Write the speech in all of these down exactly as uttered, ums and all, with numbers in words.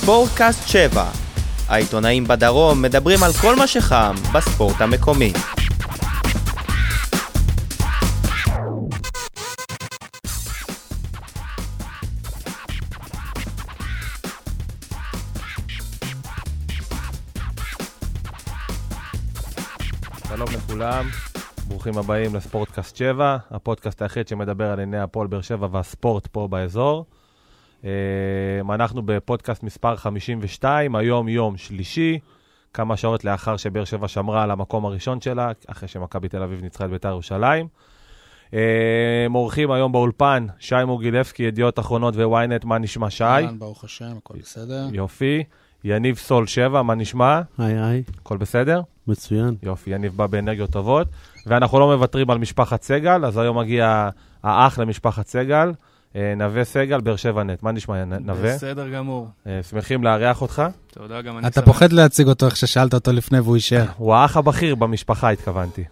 ספורטקאסט שבע. העיתונאים בדרום מדברים על כל מה שחם בספורט המקומי. שלום לכולם, ברוכים הבאים לספורטקאסט שבע, הפודקאסט היחיד שמדבר על עיני הפועל באר שבע והספורט פה באזור. אנחנו בפודקאסט מספר חמישים ושתיים, היום יום שלישי, כמה שעות לאחר שבאר שבע שמרה על המקום הראשון שלה, אחרי שמכבי תל אביב ניצחה את בית"ר ירושלים. מורחים היום באולפן, שי מוגילבסקי, ידיעות אחרונות וויינט, מה נשמע שי? ברוך השם, הכל בסדר. יופי. יניב סול שבע, מה נשמע? היי היי. הכל בסדר? מצוין. יופי, יניב בא באנרגיות טובות. ואנחנו לא מוותרים על משפחת סגל, אז היום מגיע האח למשפחת סגל, נווה סגל, באר שבע נט. מה נשמע, נווה? בסדר גמור. שמחים לארח אותך. תודה, גם אני אתה פוחד להציג אותו איך ששאלת אותו לפני והוא יישאר. הוא האח הבכיר במשפחה, התכוונתי.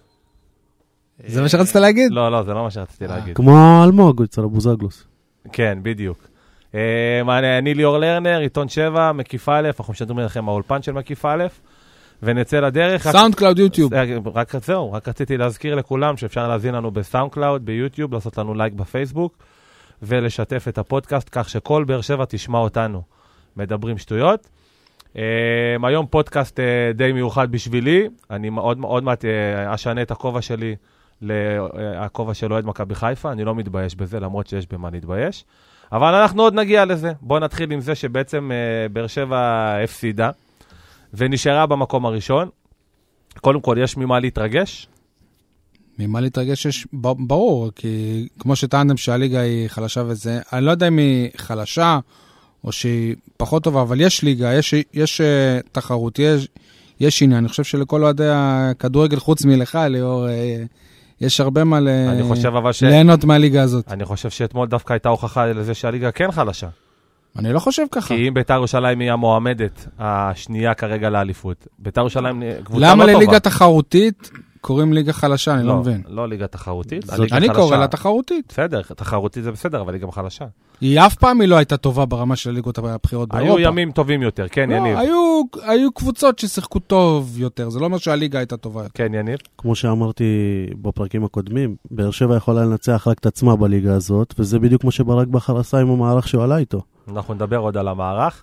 זה מה שרצית להגיד? לא, לא, זה לא מה שרציתי להגיד. כמו אלמוג, אצל הבוזגלוס. כן, בדיוק. אני ליאור לרנר, עיתון שבע, מקיף א', אנחנו משדרים לכם האולפן של מקיף א', ונצא לדרך. סאונד קלאוד יוטיוב. רק זהו, רק רציתי להזכיר לכולם שאפשר להזין לנו בסאונד קלאוד, ביוטיוב, לעשות לנו לייק בפייסבוק, ולשתף את הפודקאסט, כך שכל באר שבע תשמע אותנו. מדברים שטויות. היום פודקאסט די מיוחד בשבילי, אני מאוד מאוד מעט אשנה את הכובע שלי לכובע של אוהד מכבי חיפה, אני לא מתבייש בזה, למרות שיש במה להתבייש. אבל אנחנו עוד נגיע לזה. בואו נתחיל עם זה שבעצם uh, באר שבע הפסידה, ונשארה במקום הראשון. קודם כל, יש ממה להתרגש? ממה להתרגש יש, ברור, כי כמו שטענתם שהליגה היא חלשה וזה, אני לא יודע אם היא חלשה, או שהיא פחות טובה, אבל יש ליגה, יש, יש uh, תחרות, יש, יש עניין. אני חושב שלכל אוהדי הכדורגל, חוץ מלך, ליאור, uh, יש הרבה מה ש... ליהנות מהליגה הזאת. אני חושב שאתמול דווקא הייתה הוכחה לזה שהליגה כן חלשה. אני לא חושב ככה. כי אם בית"ר ירושלים היא המועמדת השנייה כרגע לאליפות, בית"ר ירושלים קבוצה לא למה טובה. לליגה תחרותית קוראים ליגה חלשה? אני לא, לא מבין. לא ליגה תחרותית. אני קורא לה תחרותית. בסדר, תחרותית זה בסדר, אבל היא גם חלשה. היא אף פעם היא לא הייתה טובה ברמה של הליגות הבחירות באירופה. היו ימים טובים יותר, כן, לא, יניב. היו, היו קבוצות ששיחקו טוב יותר, זה לא אומר שהליגה הייתה טובה יותר. כן, יניב. כמו שאמרתי בפרקים הקודמים, באר שבע יכולה לנצח רק את עצמה בליגה הזאת, וזה בדיוק כמו שברק בכר עשה עם המערך שהוא עלה איתו. אנחנו נדבר עוד על המערך.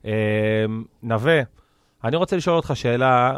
נווה, אני רוצה לשאול אותך שאלה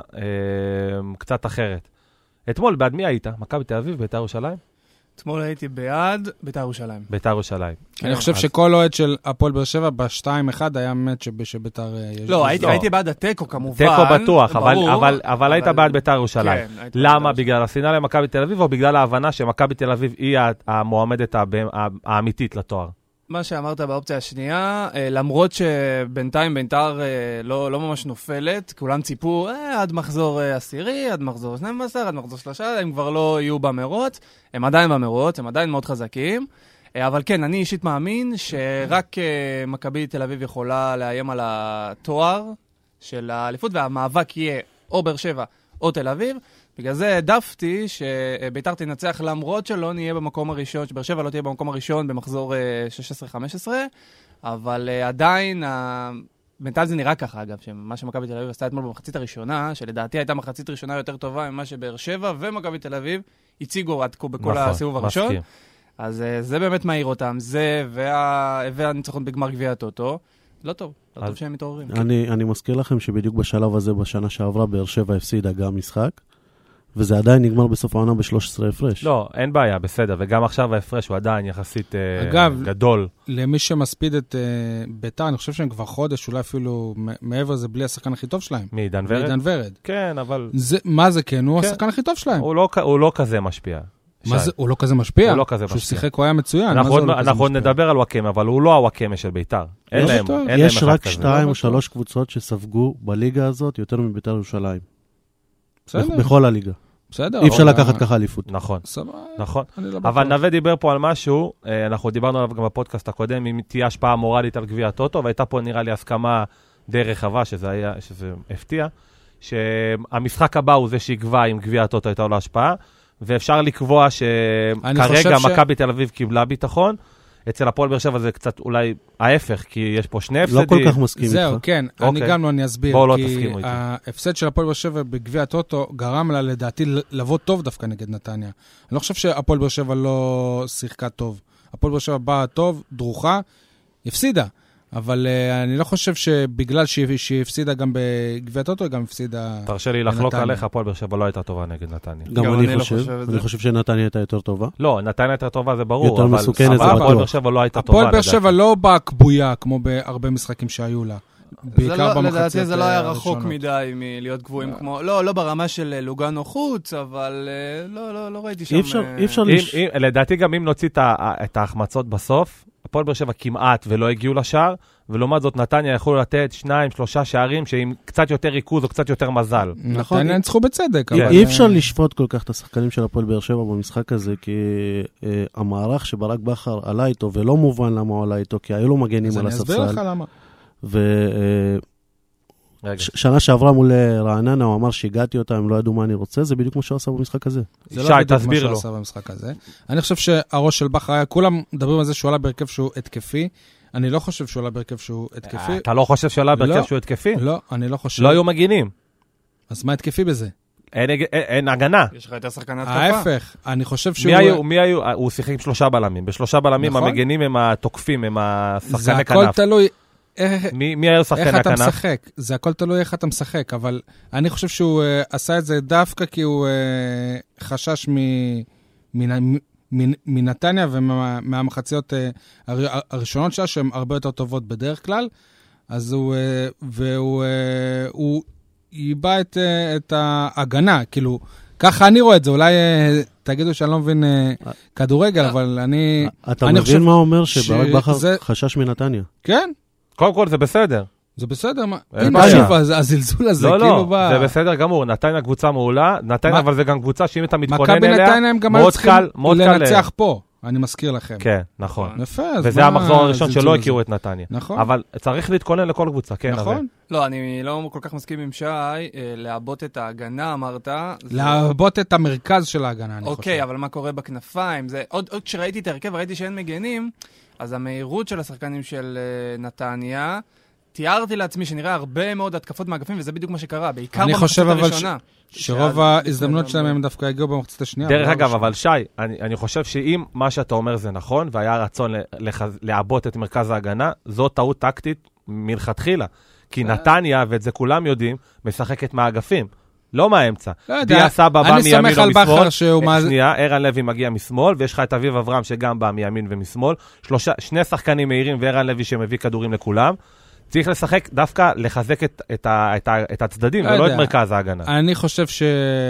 קצת אחרת. אתמול בעד מי היית? מכבי תל אביב, בית"ר ירושלים? אתמול הייתי בעד בית"ר ירושלים. בית"ר ירושלים. אני חושב שכל אוהד של הפועל באר שבע ב-שתיים אחד היה מאץ' שבית"ר יש. לא, הייתי בעד הטקו כמובן. טקו בטוח, אבל היית בעד בית"ר ירושלים. למה? בגלל השנאה למכבי תל אביב, או בגלל ההבנה שמכבי תל אביב היא המועמדת האמיתית לתואר? מה שאמרת באופציה השנייה, למרות שבינתיים בית"ר לא, לא ממש נופלת, כולם ציפו אה, עד מחזור עשירי, עד מחזור שנים עשר, עד מחזור שלושה, הם כבר לא יהיו במרוץ, הם עדיין במרוץ, הם עדיין מאוד חזקים, אבל כן, אני אישית מאמין שרק מכבי תל אביב יכולה לאיים על התואר של האליפות, והמאבק יהיה או באר שבע או תל אביב, בגלל זה העדפתי שבית"ר תנצח למרות שלא נהיה במקום הראשון, שבאר שבע לא תהיה במקום הראשון במחזור שש עשרה חמש עשרה, אבל עדיין, בינתיים זה נראה ככה אגב, שמה שמכבי תל אביב עשתה אתמול במחצית הראשונה, שלדעתי הייתה מחצית ראשונה יותר טובה ממה שבאר שבע ומכבי תל אביב הציגו עד כה בכל הסיבוב הראשון. אז זה באמת מהיר אותם, זה והניצחון בגמר גביע הטוטו. לא טוב, לא טוב שהם מתעוררים. אני, אני מזכיר לכם שבדיוק בשלב הזה, בשנה שעברה, באר שבע הפסידה גם משחק, וזה עדיין נגמר בסוף העונה ב-שלוש עשרה הפרש. לא, אין בעיה, בסדר, וגם עכשיו ההפרש הוא עדיין יחסית אגב, גדול. למי שמספיד את uh, בית"ר, אני חושב שהם כבר חודש, אולי אפילו מעבר זה בלי השחקן הכי טוב שלהם. מי, דן ורד? דן ורד. כן, אבל... זה, מה זה כן? הוא כן. השחקן הכי טוב שלהם. הוא לא, הוא לא כזה משפיע. מה זה? הוא לא כזה משפיע? הוא לא כזה משפיע. שהוא שיחק, הוא היה מצוין. אנחנו, עוד, לא אנחנו עוד נדבר על וואקמה, אבל הוא לא הוואקמה של בית"ר. אין להם, אין יש להם רק שתיים או שלוש קבוצות שספגו בליגה הזאת יותר מבית"ר ירושלים. בסדר. בכל הליגה. בסדר. אי אפשר לקחת ככה אליפות. נכון. נכון. אבל נווה דיבר פה על משהו, אנחנו דיברנו עליו גם בפודקאסט הקודם, אם תהיה השפעה מורלית על גביע הטוטו, והייתה פה נראה לי הסכמה די רחבה, שזה היה, שזה הפתיע, שהמשחק הבא הוא זה שיקבע אם גביע הטוטו הייתה לו השפעה, ואפשר לקבוע שכרגע מכבי תל אביב קיבלה ביטחון, אצל הפועל באר שבע זה קצת אולי ההפך, כי יש פה שני הפסדים. לא כל כך מסכים איתך. זהו, כן, אני גם לא, אני אסביר. בואו לא כי תסכימו איתי. ההפסד של הפועל באר שבע בגביע הטוטו גרם לה לדעתי לבוא טוב דווקא נגד נתניה. אני לא חושב שהפועל באר שבע לא שיחקה טוב. הפועל באר שבע באה טוב, דרוכה, הפסידה. אבל uh, אני לא חושב שבגלל שהיא, שהיא הפסידה גם בגביע הטוטו, היא גם הפסידה... תרשה לי לחלוק עליך, הפועל באר שבע לא הייתה טובה נגד נתניה. גם אני חושב, אני חושב שנתניה הייתה יותר טובה. לא, נתניה הייתה טובה, זה ברור. יותר מסוכנת, זה בטוח. הפועל באר שבע לא הייתה טובה. הפועל באר שבע לא באה קבויה, כמו בהרבה משחקים שהיו לה. בעיקר במחצית. לדעתי זה לא היה רחוק מדי מלהיות גבוהים כמו... לא, לא ברמה של לוגאנו חוץ, אבל לא ראיתי שם... אי אפשר... לדעתי גם אם נוציא את ההחמצות בסוף, הפועל באר שבע כמעט ולא הגיעו לשער, ולעומת זאת נתניה יכולו לתת שניים, שלושה שערים שעם קצת יותר ריכוז או קצת יותר מזל. נכון, נתניה ניצחו בצדק. אי אפשר לשפוט כל כך את השחקנים של הפועל באר שבע במשחק הזה, כי המערך שברק בכר עלה איתו, ולא מובן למה הוא עלה איתו, כי היו לו מגנים על הספסל. אז אני אסביר לך למה. ושנה שעברה מול רעננה, הוא אמר שהגעתי אותה, הם לא ידעו מה אני רוצה, זה בדיוק מה שהוא עשה במשחק הזה. זה לא בדיוק מה שהוא עשה במשחק הזה. אני חושב שהראש של בכר היה, כולם מדברים על זה שהוא עלה בהרכב שהוא התקפי, אני לא חושב שהוא עלה בהרכב שהוא התקפי. אתה לא חושב שהוא עלה בהרכב שהוא התקפי? לא, אני לא חושב. לא היו מגינים. אז מה התקפי בזה? אין הגנה. יש לך יותר שחקן התקפה. ההפך, אני חושב שהוא... מי היו? הוא שיחק עם שלושה בלמים. בשלושה בלמים המגנים הם התוקפים, הם השחקני כנף. זה הכל תלוי... מי היה שחקן הכנף? איך אתה משחק? זה הכל תלוי איך אתה משחק, אבל אני חושב שהוא עשה את זה דווקא כי הוא חשש מנתניה ומהמחציות הראשונות שלה, שהן הרבה יותר טובות בדרך כלל, אז הוא, והוא הוא ייבא את, את ההגנה, כאילו, ככה אני רואה את זה, אולי תגידו שאני לא מבין כדורגל, אבל אני... אתה מבין מה אומר שברק בכר חשש מנתניה? כן. קודם כל זה בסדר. זה בסדר, הנה שוב, הזלזול הזה, כאילו לא, בא... לא, זה בסדר גמור, נתניה קבוצה מעולה, נתניה אבל זה גם קבוצה שאם אתה מתכונן מכבי אליה, נתניה הם גם היו צריכים לנצח פה, אני מזכיר לכם. כן, נכון. יפה, אז מה... וזה המחזור הראשון שלא הכירו את נתניה. נכון. אבל צריך להתכונן לכל קבוצה, כן. נכון. לא, אני לא כל כך מסכים עם שי, לעבות את ההגנה, אמרת. לעבות את המרכז של ההגנה, אני חושב. אוקיי, אבל מה קורה בכנפיים? עוד כשראיתי את הרכב, ראיתי שאין מגנים, אז המהירות של השחקנים של נתניה, תיארתי לעצמי שנראה הרבה מאוד התקפות מהאגפים, וזה בדיוק מה שקרה, בעיקר במחצית הראשונה. אני חושב שרוב ההזדמנות שלהם הם דווקא הגיעו במחצית השנייה. דרך אגב, אבל שי, אני חושב שאם מה שאתה אומר זה נכון, והיה רצון לעבות את מרכז ההגנה, זו טעות טקטית מלכתחילה. כי נתניה, ואת זה כולם יודעים, משחקת מהאגפים. לא מהאמצע. דיה סבא בא מימין ומשמאל. שנייה, ערן לוי מגיע משמאל, ויש לך את אביב אברהם שגם בא מימין ומשמאל. שני שחקנים מהירים וערן לוי שמביא כדורים לכולם. צריך לשחק דווקא לחזק את, את, ה, את, ה, את הצדדים, לא ולא את מרכז ההגנה. אני חושב ש...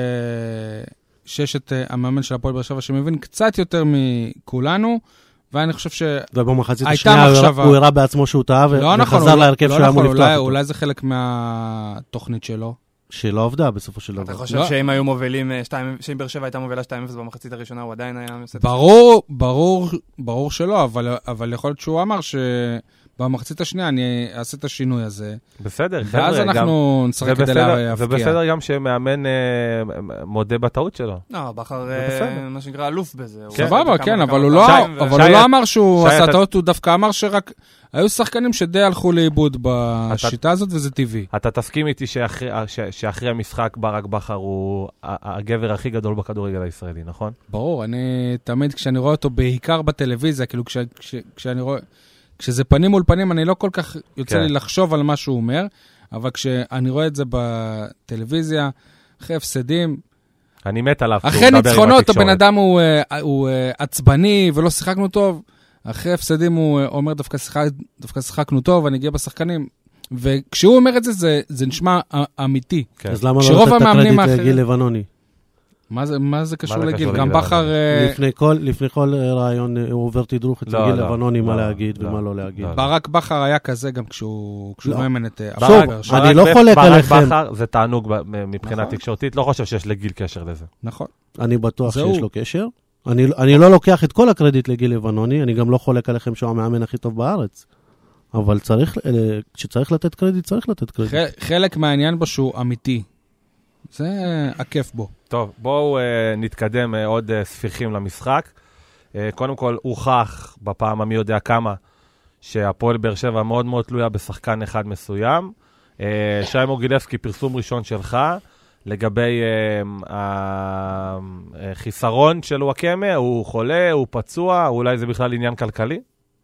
שיש את המאמן של הפועל באר שבע שמבין קצת יותר מכולנו, ואני חושב ש... ובמחצית השנייה מחשבה... הוא הראה בעצמו שהוא טעה, לא וחזר נכון, להרכב לא שהוא אמור נכון, לפתוח אותו. אולי זה חלק מהתוכנית שלו. שלא עבדה בסופו של דבר. אתה חושב שאם היו מובילים, שאם באר שבע הייתה מובילה שתיים אפס במחצית הראשונה, הוא עדיין היה... ברור, ברור, ברור שלא, אבל, אבל יכול להיות שהוא אמר שבמחצית השנייה אני אעשה את השינוי הזה. בסדר, חבר'ה. ואז אנחנו גם... נשחק כדי להפקיע. זה בסדר גם שמאמן אה, מודה בטעות שלו. לא, בכר, אה, מה שנקרא, אלוף בזה. סבבה, כן, אבל הוא לא, אבל הוא לא אמר שהוא עשה טעות, הוא דווקא אמר שרק... היו שחקנים שדי הלכו לאיבוד בשיטה הזאת, וזה טבעי. אתה תסכים איתי שאחרי המשחק ברק בכר הוא הגבר הכי גדול בכדורגל הישראלי, נכון? ברור, אני תמיד כשאני רואה אותו בעיקר בטלוויזיה, כאילו כשאני רואה, כשזה פנים מול פנים, אני לא כל כך יוצא לי לחשוב על מה שהוא אומר, אבל כשאני רואה את זה בטלוויזיה, אחרי הפסדים, אני מת עליו. אחרי ניצחונות, הבן אדם הוא עצבני ולא שיחקנו טוב, אחרי הפסדים הוא אומר, דווקא, שיחק, דווקא שיחקנו טוב, אני אגיע בשחקנים. וכשהוא אומר את זה, זה, זה נשמע אמיתי. כן. אז למה לא לתת את הקרדיט לגיל לבנוני? מה זה, מה זה קשור לגיל? גם בכר... לפני כל, לפני כל רעיון הוא עובר תדרוך את גיל לבנוני, מה להגיד ומה לא להגיד. ברק בכר היה כזה גם כשהוא מאמן את... שוב, אני לא חולק עליכם. ברק בכר זה תענוג מבחינה תקשורתית, לא חושב שיש לגיל קשר לזה. נכון. אני בטוח שיש לו קשר. אני, אני לא לוקח את כל הקרדיט לגיל לבנוני, אני גם לא חולק עליכם שהוא המאמן הכי טוב בארץ. אבל צריך, כשצריך לתת קרדיט, צריך לתת קרדיט. חלק מהעניין בו שהוא אמיתי. זה הכיף בו. טוב, בואו uh, נתקדם uh, עוד uh, ספיחים למשחק. Uh, קודם כל, הוכח בפעם המי יודע כמה, שהפועל באר שבע מאוד מאוד תלויה בשחקן אחד מסוים. שי מוגילבסקי, פרסום ראשון שלך, לגבי החיסרון של וואקמה, הוא חולה, הוא פצוע, אולי זה בכלל עניין כלכלי?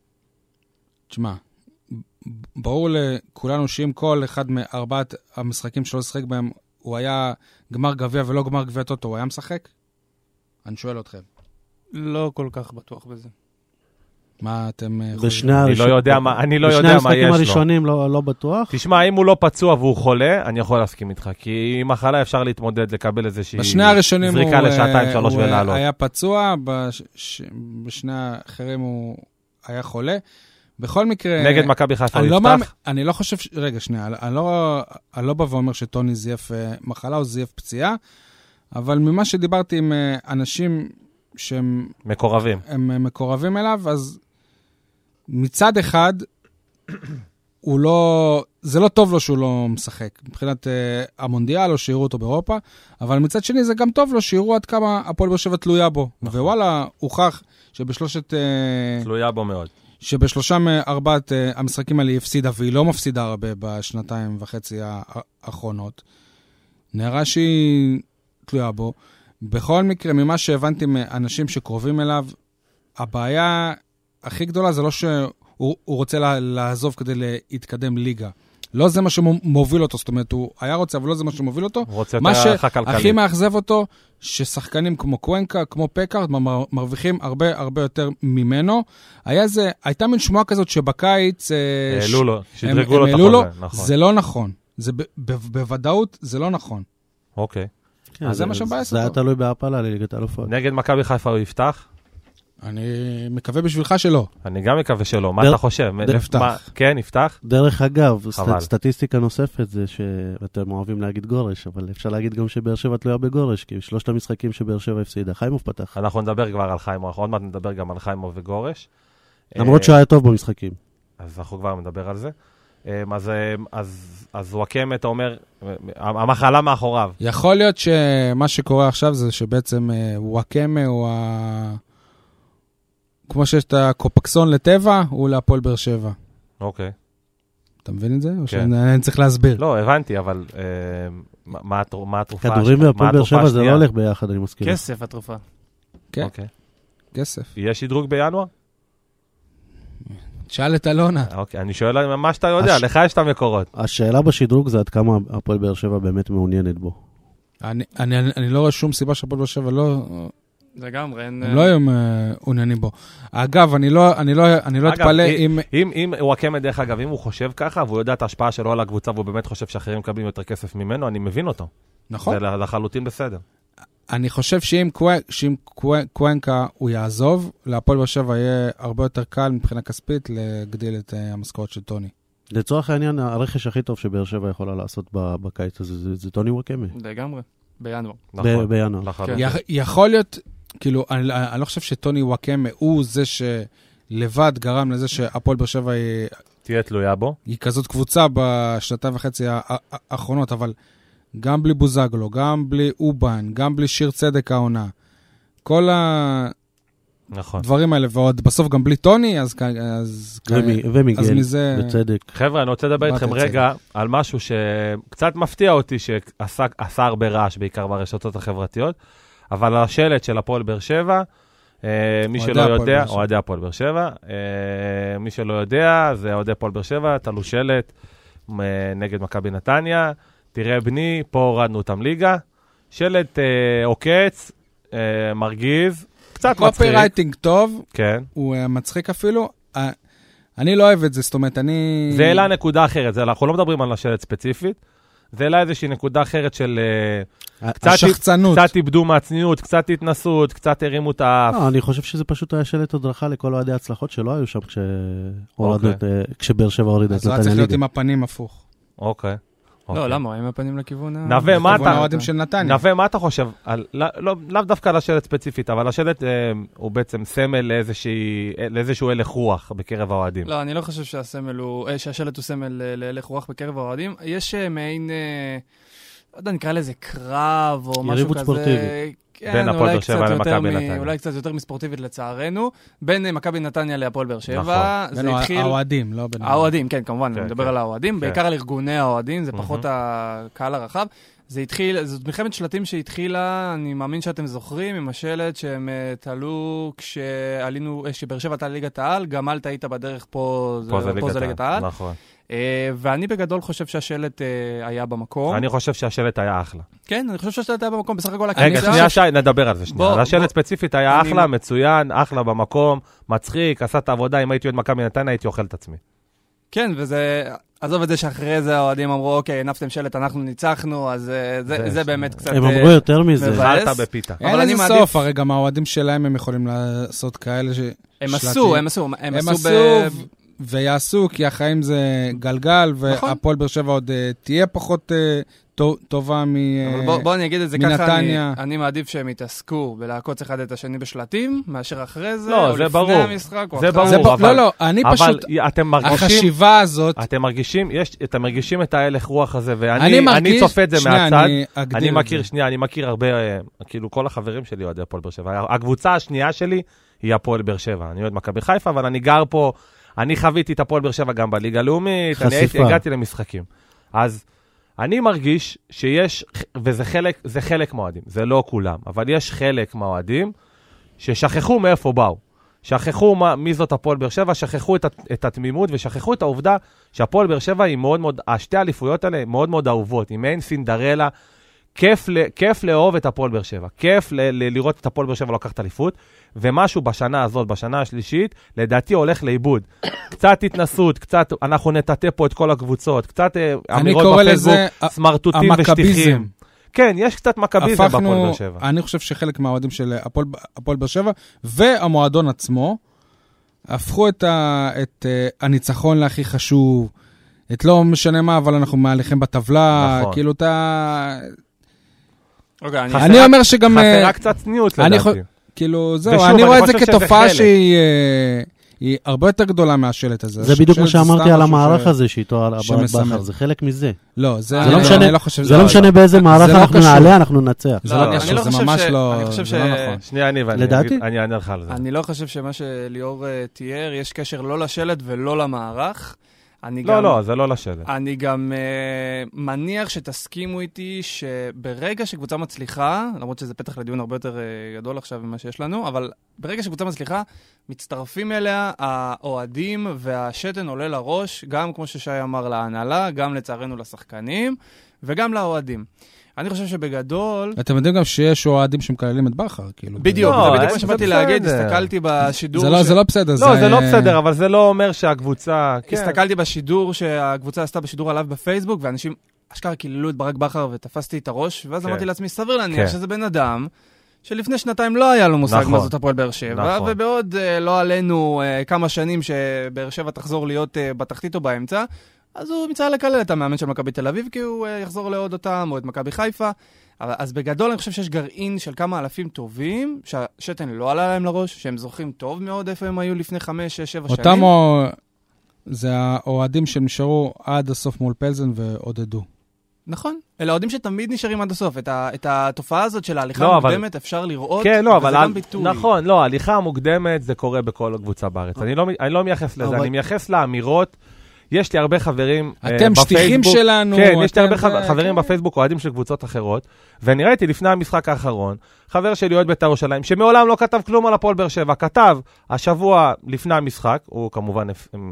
תשמע, ברור לכולנו שאם כל אחד מארבעת המשחקים שלא שחק בהם, הוא היה גמר גביע ולא גמר גביע טוטו, הוא היה משחק? אני שואל אתכם. לא כל כך בטוח בזה. מה אתם חושבים? אני לא יודע מה, אני לא יודע מה יש לו. בשני המשחקים הראשונים לא בטוח. תשמע, אם הוא לא פצוע והוא חולה, אני יכול להסכים איתך, כי עם מחלה אפשר להתמודד, לקבל איזושהי בשני הראשונים זריקה לשעתיים, שלוש ולעלות. הוא היה פצוע, בשני האחרים הוא היה חולה. בכל מקרה... נגד מכבי חיפה הוא יפתח? אני לא חושב... רגע, שנייה, אני לא בא ואומר שטוני זייף מחלה או זייף פציעה, אבל ממה שדיברתי עם אנשים שהם... מקורבים. הם מקורבים אליו, אז מצד אחד, הוא לא... זה לא טוב לו שהוא לא משחק, מבחינת המונדיאל או שיראו אותו באירופה, אבל מצד שני זה גם טוב לו שיראו עד כמה הפועל באר שבע תלויה בו. ווואלה, הוכח שבשלושת... תלויה בו מאוד. שבשלושה מארבעת המשחקים האלה היא הפסידה, והיא לא מפסידה הרבה בשנתיים וחצי האחרונות. נראה שהיא תלויה בו. בכל מקרה, ממה שהבנתי מאנשים שקרובים אליו, הבעיה הכי גדולה זה לא שהוא רוצה לעזוב כדי להתקדם ליגה. לא זה מה שמוביל אותו, זאת אומרת, הוא היה רוצה, אבל לא זה מה שמוביל אותו. מה שהכי מאכזב אותו, ששחקנים כמו קוונקה, כמו פקארד, מרוויחים הרבה הרבה יותר ממנו. היה זה, הייתה מין שמועה כזאת שבקיץ... העלו לו, שדרגו לו את החוזה, נכון. זה לא נכון. זה בוודאות, זה לא נכון. אוקיי. אז זה מה שבאס אותו. זה היה תלוי בהפלה לליגת האלופות. נגד מכבי חיפה הוא יפתח? אני מקווה בשבילך שלא. אני גם מקווה שלא. מה אתה חושב? יפתח. כן, יפתח? דרך אגב, סטטיסטיקה נוספת זה שאתם אוהבים להגיד גורש, אבל אפשר להגיד גם שבאר שבע תלויה בגורש, כי שלושת המשחקים שבאר שבע הפסידה, חיימוב פתח. אנחנו נדבר כבר על חיימוב, עוד מעט נדבר גם על חיימוב וגורש. למרות שהיה טוב במשחקים. אז אנחנו כבר נדבר על זה. אז, אז, אז וואקמה, אתה אומר, המחלה מאחוריו. יכול להיות שמה שקורה עכשיו זה שבעצם וואקמה הוא ה... כמו שיש את הקופקסון לטבע, הוא להפועל באר שבע. אוקיי. אתה מבין את זה? או שאני צריך להסביר? לא, הבנתי, אבל מה התרופה? כדורים בהפועל באר שבע זה לא הולך ביחד, אני מסכים. כסף התרופה. כן. כסף. יש שדרוג בינואר? שאל את אלונה. אוקיי, אני שואל מה שאתה יודע, לך יש את המקורות. השאלה בשדרוג זה עד כמה הפועל באר שבע באמת מעוניינת בו. אני לא רואה שום סיבה שהפועל באר שבע לא... לגמרי, אין... הם לא היו מעוניינים בו. אגב, אני לא, אני לא, אני לא אתפלא אם... אם וואקמה, דרך אגב, אם הוא חושב ככה, והוא יודע את ההשפעה שלו על הקבוצה, והוא באמת חושב שאחרים מקבלים יותר כסף ממנו, אני מבין אותו. נכון. זה לחלוטין בסדר. אני חושב שאם קוונקה הוא יעזוב, להפועל באר שבע יהיה הרבה יותר קל מבחינה כספית להגדיל את המשכורת של טוני. לצורך העניין, הרכש הכי טוב שבאר שבע יכולה לעשות בקיץ הזה, זה טוני וואקמה. לגמרי, בינואר. נכון. בינואר. יכול להיות, כאילו, אני לא חושב שטוני וואקמה הוא זה שלבד גרם לזה שהפועל באר שבע תהיה תלויה בו. היא כזאת קבוצה בשנתיים וחצי האחרונות, אבל גם בלי בוזגלו, גם בלי אובן, גם בלי שיר צדק העונה. כל הדברים האלה, ועוד בסוף גם בלי טוני, אז... ומיגל, בצדק. חבר'ה, אני רוצה לדבר איתכם רגע על משהו שקצת מפתיע אותי, שעשה הרבה רעש, בעיקר ברשתות החברתיות, אבל השלט של הפועל באר שבע, מי שלא יודע, אוהדי הפועל באר שבע, מי שלא יודע, זה אוהדי הפועל באר שבע, תלו שלט נגד מכבי נתניה, תראה בני, פה הורדנו אותם ליגה, שלט אה, עוקץ, אה, מרגיז, קצת מצחיק. קופי רייטינג טוב, כן. הוא אה, מצחיק אפילו, אה, אני לא אוהב את זה, זאת אומרת, אני... זה אלה נקודה אחרת, זה, אנחנו לא מדברים על השלט ספציפית, זה אלה איזושהי נקודה אחרת של... אה, קצת השחצנות. קצת איבדו מהצניעות, קצת התנסות, קצת הרימו את האף. לא, אני חושב שזה פשוט היה שלט הדרכה לכל אוהדי ההצלחות שלא היו שם כשבאר שבע הורידה את נתניה ליגה. אז צריך להיות עם הפנים הפוך. אוקיי. לא, למה? עם הפנים לכיוון ה... נווה, מה אתה... האוהדים של נתניה. נווה, מה אתה חושב? לאו דווקא על השלט ספציפית, אבל השלט הוא בעצם סמל לאיזשהו הלך רוח בקרב האוהדים. לא, אני לא חושב שהשלט הוא סמל להלך רוח בקרב האוהדים. יש מעין... לא יודע, נקרא לזה קרב או משהו כזה. יריבות ספורטיבית. בין הפועל באר שבע למכבי נתניה. אולי קצת יותר מספורטיבית לצערנו. בין מכבי נתניה להפועל באר שבע. בין האוהדים, לא בין... האוהדים, כן, כמובן, אני מדבר על האוהדים. בעיקר על ארגוני האוהדים, זה פחות הקהל הרחב. זה התחיל, זאת מלחמת שלטים שהתחילה, אני מאמין שאתם זוכרים, עם השלט שהם תעלו כשעלינו, שבאר שבע עלתה ליגת העל, גם אל תהיית בדרך פה, פה זה ליגת העל. נכון. ואני בגדול חושב שהשלט היה במקום. אני חושב שהשלט היה אחלה. כן, אני חושב שהשלט היה במקום, בסך הכל... רגע, שנייה שי, נדבר על זה שנייה. השלט ספציפית היה אחלה, מצוין, אחלה במקום, מצחיק, עשה את העבודה, אם הייתי עוד מכבי נתניה, הייתי אוכל את עצמי. כן, וזה... עזוב את זה שאחרי זה האוהדים אמרו, אוקיי, הנפתם שלט, אנחנו ניצחנו, אז זה באמת קצת... הם אמרו יותר מזה. חלת בפיתה. אין לזה סוף, הרי גם האוהדים שלהם הם יכולים לעשות כאלה שלטים. הם עשו, הם עשו. הם עשו ויעשו, כי החיים זה גלגל, והפועל באר שבע עוד תהיה פחות טובה מנתניה. בוא אני אגיד את זה ככה, אני מעדיף שהם יתעסקו ולעקוץ אחד את השני בשלטים, מאשר אחרי זה, או לפני המשחק, או אחרי זה. זה ברור, לא, לא, אני פשוט, החשיבה הזאת... אתם מרגישים, אתם מרגישים את ההלך רוח הזה, ואני צופה את זה מהצד, אני מכיר, שנייה, אני מכיר הרבה, כאילו כל החברים שלי אוהדי הפועל באר שבע, הקבוצה השנייה שלי היא הפועל באר שבע, אני אוהד מכבי חיפה, אבל אני גר פה, אני חוויתי את הפועל באר שבע גם בליגה הלאומית, אני הגעתי למשחקים. אז אני מרגיש שיש, וזה חלק, זה חלק מהאוהדים, זה לא כולם, אבל יש חלק מהאוהדים ששכחו מאיפה באו. שכחו מה, מי זאת הפועל באר שבע, שכחו את, את התמימות ושכחו את העובדה שהפועל באר שבע היא מאוד מאוד, השתי האליפויות האלה מאוד מאוד אהובות, היא מעין סינדרלה, כיף, כיף לאהוב את הפועל באר שבע, כיף ל, ל, לראות את הפועל באר שבע לוקחת אליפות, ומשהו בשנה הזאת, בשנה השלישית, לדעתי הולך לאיבוד. קצת התנסות, קצת, אנחנו נטטה פה את כל הקבוצות, קצת אמירות בפייסבוק, סמרטוטים ושטיחים. כן, יש קצת מכביזם בהפועל באר שבע. אני חושב שחלק מהאוהדים של הפועל באר שבע, והמועדון עצמו, הפכו את, ה, את uh, הניצחון להכי חשוב, את לא משנה מה, אבל אנחנו מהלכים בטבלה, נכון. כאילו אתה... אוקיי, אני... אני אומר שגם... חסרה קצת צניעות לדעתי. כאילו, זהו, אני רואה את זה כתופעה שהיא הרבה יותר גדולה מהשלט הזה. זה בדיוק מה שאמרתי על המערך הזה שאיתו על הברק בכר, זה חלק מזה. לא, זה לא משנה באיזה מערך אנחנו נעלה, אנחנו ננצח. זה לא קשור, זה ממש לא נכון. שנייה, אני ואני אענה לך על זה. אני לא חושב שמה שליאור תיאר, יש קשר לא לשלט ולא למערך. לא, גם, לא, זה לא לשלט. אני גם uh, מניח שתסכימו איתי שברגע שקבוצה מצליחה, למרות שזה פתח לדיון הרבה יותר uh, גדול עכשיו ממה שיש לנו, אבל ברגע שקבוצה מצליחה, מצטרפים אליה האוהדים והשתן עולה לראש, גם כמו ששי אמר להנהלה, גם לצערנו לשחקנים, וגם לאוהדים. אני חושב שבגדול... אתם יודעים גם שיש אוהדים שמקללים את בכר, כאילו. בדיוק, זה בדיוק מה שבאתי להגיד, הסתכלתי בשידור... זה לא בסדר. לא, זה לא בסדר, אבל זה לא אומר שהקבוצה... הסתכלתי בשידור שהקבוצה עשתה בשידור עליו בפייסבוק, ואנשים אשכרה קיללו את ברק בכר ותפסתי את הראש, ואז אמרתי לעצמי, סביר להניח שזה בן אדם שלפני שנתיים לא היה לו מושג מה זאת הפועל באר שבע, ובעוד לא עלינו כמה שנים שבאר שבע תחזור להיות בתחתית או באמצע, אז הוא מצא לקלל את המאמן של מכבי תל אביב, כי הוא יחזור לעוד אותם, או את מכבי חיפה. אז בגדול אני חושב שיש גרעין של כמה אלפים טובים, שהשתן לא עלה להם לראש, שהם זוכרים טוב מאוד איפה הם היו לפני חמש, שש, שבע שנים. אותם או... זה האוהדים שנשארו עד הסוף מול פלזן ועודדו. נכון. אלה אוהדים שתמיד נשארים עד הסוף. את, ה, את התופעה הזאת של ההליכה לא, המוקדמת אבל... אפשר לראות, כן, לא, וזה אבל גם על... ביטוי. נכון, לא, ההליכה המוקדמת זה קורה בכל הקבוצה בארץ. אני לא, אני לא מייחס לזה, אבל... אני מייחס לאמירות. יש לי הרבה חברים אתם בפייסבוק. אתם שטיחים שלנו. כן, יש לי הרבה חברים בפייסבוק, אוהדים של קבוצות אחרות, ואני ראיתי לפני המשחק האחרון, חבר שלי אוהד בית"ר ירושלים, שמעולם לא כתב כלום על הפועל באר שבע, כתב השבוע לפני המשחק, הוא כמובן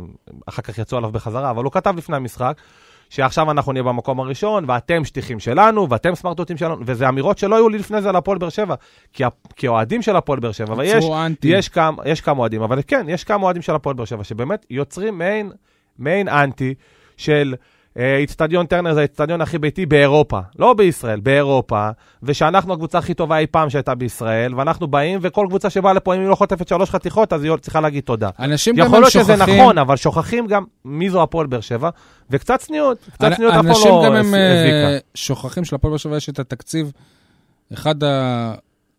אחר כך יצאו עליו בחזרה, אבל הוא כתב לפני המשחק, שעכשיו אנחנו נהיה במקום הראשון, ואתם שטיחים שלנו, ואתם סמרטוטים שלנו, וזה אמירות שלא היו לי לפני זה על הפועל באר שבע, כי, כי אוהדים של הפועל באר שבע, ויש יש כמה, יש כמה אוהדים, אבל כן, יש כמה אוהדים של הפועל באר שבע, שבאמת יוצרים מעין מיין אנטי של אצטדיון טרנר, זה האצטדיון הכי ביתי באירופה, לא בישראל, באירופה, ושאנחנו הקבוצה הכי טובה אי פעם שהייתה בישראל, ואנחנו באים, וכל קבוצה שבאה לפה, אם היא לא חוטפת שלוש חתיכות, אז היא צריכה להגיד תודה. אנשים גם יכול להיות שזה נכון, אבל שוכחים גם מי זו הפועל באר שבע, וקצת צניעות, קצת צניעות הפועל אנשים גם הם שוכחים שלפועל באר שבע יש את התקציב, אחד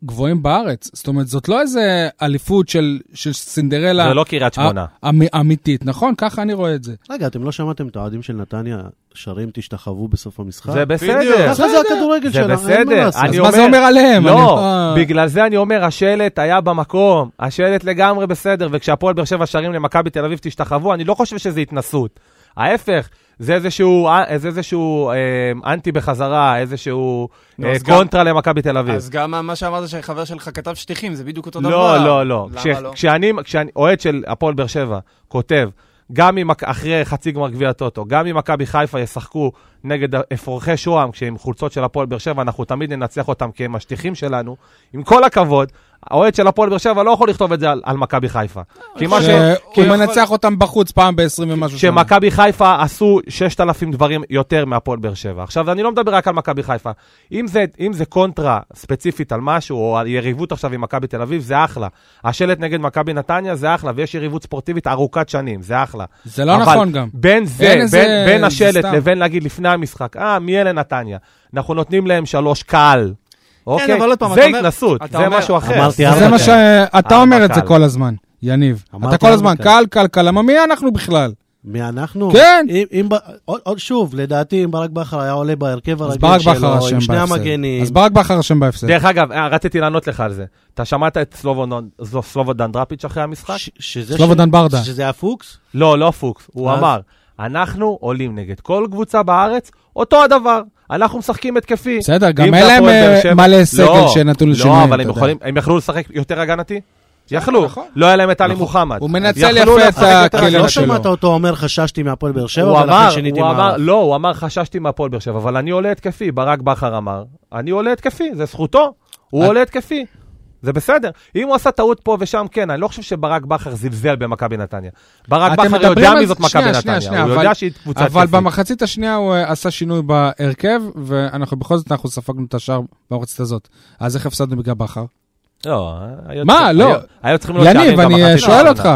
גבוהים בארץ. זאת אומרת, זאת לא איזה אליפות של, של סינדרלה. זה לא קריית שמונה. אמ, אמיתית, נכון? ככה אני רואה את זה. רגע, אתם לא שמעתם את האוהדים של נתניה שרים תשתחוו בסוף המשחק? זה בסדר. ככה זה הכדורגל זה שלה, אין מה בסדר. לעשות. אז מה זה אומר עליהם? לא, אני- בגלל זה אני אומר, השלט היה במקום, השלט לגמרי בסדר, וכשהפועל באר שבע שרים למכבי תל אביב תשתחוו, אני לא חושב שזה התנסות. ההפך, זה איזשהו, זה איזשהו אה, אנטי בחזרה, איזשהו נו, אה, אז גם- קונטרה למכבי תל אביב. אז גם מה שאמרת שחבר שלך כתב שטיחים, זה בדיוק אותו דבר. לא, לא, לא. למה כש- לא? כשאני, כשאני, אוהד של הפועל באר שבע, כותב, גם אם אחרי חצי גמר גביע הטוטו, גם אם מכבי חיפה ישחקו נגד אפרוחי שוהם, כשהם חולצות של הפועל באר שבע, אנחנו תמיד ננצח אותם כי הם משטיחים שלנו. עם כל הכבוד, האוהד של הפועל באר שבע לא יכול לכתוב את זה על, על מכבי חיפה. כי מה ש... שהוא מנצח אותם בחוץ פעם ב-עשרים ומשהו שנה. שמכבי חיפה עשו שישת אלפים דברים יותר מהפועל באר שבע. עכשיו, אני לא מדבר רק על מכבי חיפה. אם זה, אם זה קונטרה ספציפית על משהו, או על יריבות עכשיו עם מכבי תל אביב, זה אחלה. השלט נגד מכבי נתניה זה אחלה, ויש יריבות ספורטיבית ארוכת שנים, זה אחלה. זה לא אבל נכון גם. בין זה, אין איזה- בין, בין זה השלט סתם. לבין להגיד לפני המשחק, אה, מי אלה נתניה? אנחנו נותנים להם שלוש קהל. אוקיי? אבל עוד פעם, זה אתה אומר- התנסות, אתה זה אומר- משהו אחר. אמרתי זה ארבע מה קהל. שאתה ארבע אומר את זה קהל. כל הזמן, יניב. אמרתי אתה כל ארבע הזמן, קהל. קהל, קהל, קהל, למה מי אנחנו בכלל? מי אנחנו? כן. אם, אם, ב- עוד, עוד שוב, לדעתי, אם ברק בכר היה עולה בהרכב אז הרגיל ברק בכר שלו, אשם עם שני בהפסד. המגנים, אז ברק בכר אשם בהפסד. דרך אגב, אה, רציתי לענות לך על זה. אתה שמעת את סלובודן- זו- סלובודן דראפיץ' אחרי המשחק? ש- שזה סלובודן ברדה. שזה היה פוקס? לא, לא פוקס. הוא אז? אמר, אנחנו עולים נגד כל קבוצה בארץ, אותו הדבר. אנחנו משחקים התקפי. בסדר, גם אם אין זה להם הפועל באר אה, שבע- מלא סגל לא, שנתון לא, לשינויים. אבל הם אתה יודע. יכולים, הם יכלו לשחק יותר הגנתי? יכלו. נכון. לא היה להם את עלי מוחמד. הוא מנצל יכלו יפה לשחק את יותר הכלים הגנתי. לא שלו. שמעת אותו אומר, חששתי מהפועל באר שבע, הוא ולכן אמר, שיניתי הוא אמר, מערך. לא, הוא אמר, חששתי מהפועל באר שבע, אבל אני עולה התקפי. ברק בכר אמר, אני עולה התקפי, זה זכותו. הוא את- עולה התקפי. זה בסדר. אם הוא עשה טעות פה ושם, כן, אני לא חושב שברק בכר זלזל במכבי נתניה. ברק אתם בכר מדברים יודע על- מי זאת מכבי שנייה, נתניה. שנייה, שנייה, הוא אבל- יודע שהיא קבוצה אבל התקפית. במחצית השנייה הוא אה, עשה שינוי בהרכב, ואנחנו בכל זאת אנחנו ספגנו את השער במחצית הזאת. אז איך הפסדנו בגלל בכר? לא, היו מה? צריכים- לא. היו- היו צריכים להיות שערים יניב, אני במחצית אה, שואל הראשונה. אותך.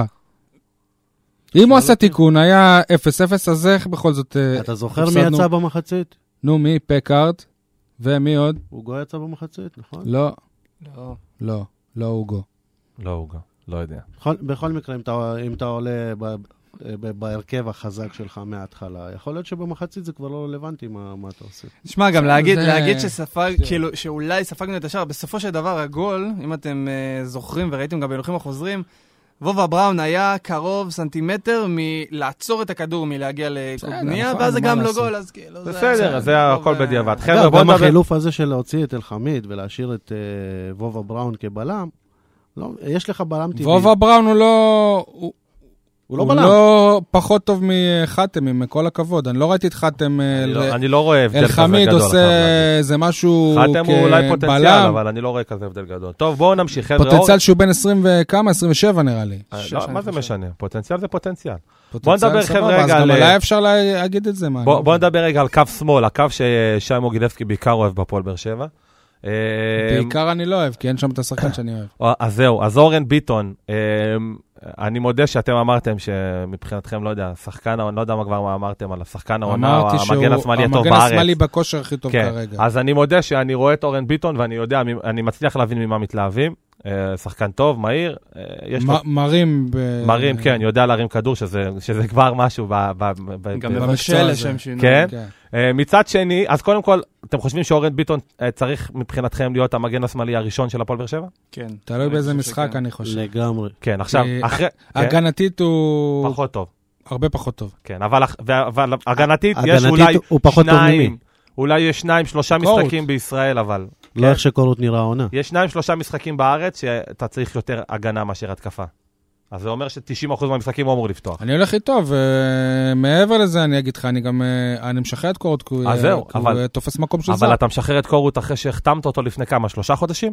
אם הוא עשה תיקון, היה אפס אפס, אז איך בכל זאת אה, אתה זוכר מי הפסדנו? יצא במחצית? נו, מי? פקארט. ומי עוד? אוגו יצא במחצית, נכון? לא, לא. לא, לא אוגו. לא, אוגו, לא יודע. בכל, בכל מקרה, אם אתה, אם אתה עולה ב, ב, בהרכב החזק שלך מההתחלה, יכול להיות שבמחצית זה כבר לא רלוונטי מה, מה אתה עושה. תשמע, גם להגיד, זה- להגיד שספג, כאילו, שאולי ספגנו את השער, בסופו של דבר הגול, אם אתם uh, זוכרים וראיתם גם בהילוכים החוזרים, וובה בראון היה קרוב סנטימטר מלעצור את הכדור מלהגיע לקוגניה, נכון, ואז זה מה גם לא לעשות? גול, אז כאילו... זה- בסדר, זה טוב, הכל אה, בדיעבד. חבר'ה, אגב, בוא גם נדבר... החילוף הזה של להוציא את אלחמיד ולהשאיר את uh, וובה בראון כבלם, לא, יש לך בלם טבעי. וובה בראון הוא לא... הוא- הוא לא הוא בלם. לא פחות טוב מחתם, עם כל הכבוד. אני לא ראיתי את חתם... אה, אני לא- ל- אני לא רואה הבדל כזה גדול. אלחמיד עכשיו עושה להגיד. איזה משהו חתם הוא אולי פוטנציאל, כבלם. אבל אני לא רואה כזה הבדל גדול. טוב, בואו נמשיך. חבר'ה, פוטנציאל שהוא בין עשרים וכמה? עשרים ושבע נראה לי. אור- שש, לא, אני מה זה חושב. משנה? פוטנציאל זה פוטנציאל. פוטנציאל נדבר, סבבה, חבר'ה, אז רגע גם על- עליי אפשר להגיד את זה. מה, בואו אני- בוא נדבר רגע על קו שמאל, הקו ששי מוגילבסקי בעיקר אוהב בפועל באר שבע. אה, בעיקר אני לא אוהב, כי אין שם את השחקן שאני אוהב. אז זהו, אז אורן ביטון, אה, אני מודה שאתם אמרתם שמבחינתכם, לא יודע, שחקן, אני לא יודע מה כבר מה אמרתם על השחקן העונה, או אמרתי שהוא המגן השמאלי הטוב המגן בארץ. השמאלי בכושר הכי טוב כן, כרגע. אז אני מודה שאני רואה את אורן ביטון, ואני יודע, אני מצליח להבין ממה מתלהבים. אה, שחקן טוב, מהיר, אה, יש לו... מ- מרים. ב- מרים, כן, יודע להרים כדור, שזה שזה כבר משהו ב... ב- ב- גם ב- במקצוע מבשל הזה. לשם שינוי. כן? כן. אה, מצד שני, אז קודם כל, אתם חושבים שאורן ביטון אה, צריך מבחינתכם להיות המגן השמאלי הראשון של הפועל באר שבע? כן. תלוי אני באיזה חושב משחק שכן. אני חושב. לגמרי. כן, עכשיו, כי אחרי... כן, הגנתית הוא פחות טוב. הרבה פחות טוב. כן, אבל אח- ו- אבל הגנתית, יש הגנתית אולי הוא פחות טוב ממי. שניים, אולי יש שניים, שלושה קורות. משחקים בישראל, אבל... לא איך שקורות נראה העונה. יש שניים, שלושה משחקים בארץ שאתה צריך יותר הגנה מאשר התקפה. אז זה אומר ש-תשעים אחוז מהמשחקים הוא אמור לפתוח. אני הולך איתו, ומעבר לזה אני אגיד לך, אני גם, אה, אני משחרר את קורות, כי הוא אז זהו, כי הוא, אבל- אה, תופס מקום של זר. אבל אתה משחרר את קורות אחרי שהחתמת אותו לפני כמה? שלושה חודשים?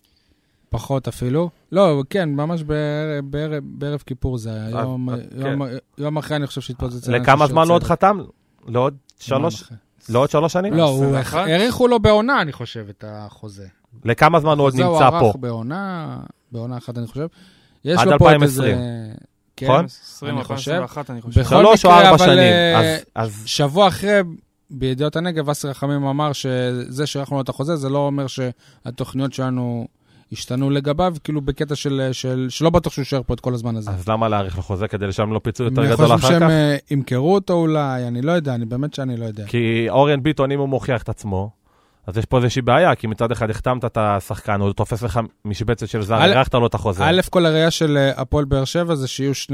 פחות אפילו. לא, כן, ממש בערב, בערב, בערב כיפור זה היה. אה, יום, אה, יום, יום אחרי אני חושב שהתפוצץ. לכמה זמן הוא עוד חתם? לעוד שלוש? לעוד שלוש שנים? לא, הוא עשרים ואחת? האריכו לו בעונה, אני חושב, את החוזה. לכמה זמן הוא עוד החוזה נמצא הוא פה? ערך בעונה, בעונה אחת אני חושב. יש עד לו פה את אלפיים ועשרים. איזה... כן, נכון? עשרים, אני אלפיים חושב. עשרים ואחת, אני חושב. בכל שלוש או מקרה, ארבע אבל, שנים. אה, אז- אז שבוע אחרי, בידיעות הנגב, אסי רחמים אמר שזה שאנחנו לו את החוזה, זה לא אומר שהתוכניות שלנו השתנו לגביו, כאילו בקטע של, של, שלא בטוח שהוא יישאר פה את כל הזמן הזה. אז למה להאריך לו חוזה כדי לשלם לו פיצוי יותר אני גדול חושב אחר שהם כך? אה, ימכרו אותו אולי, אני לא יודע, אני באמת שאני לא יודע. כי אוריאן ביטון, אם הוא מוכיח את עצמו, אז יש פה איזושהי בעיה, כי מצד אחד החתמת את השחקן, הוא תופס לך משבצת של זר, א'- הרחת לו את החוזה. א', כל הראייה של אה, הפועל באר שבע זה שיהיו שני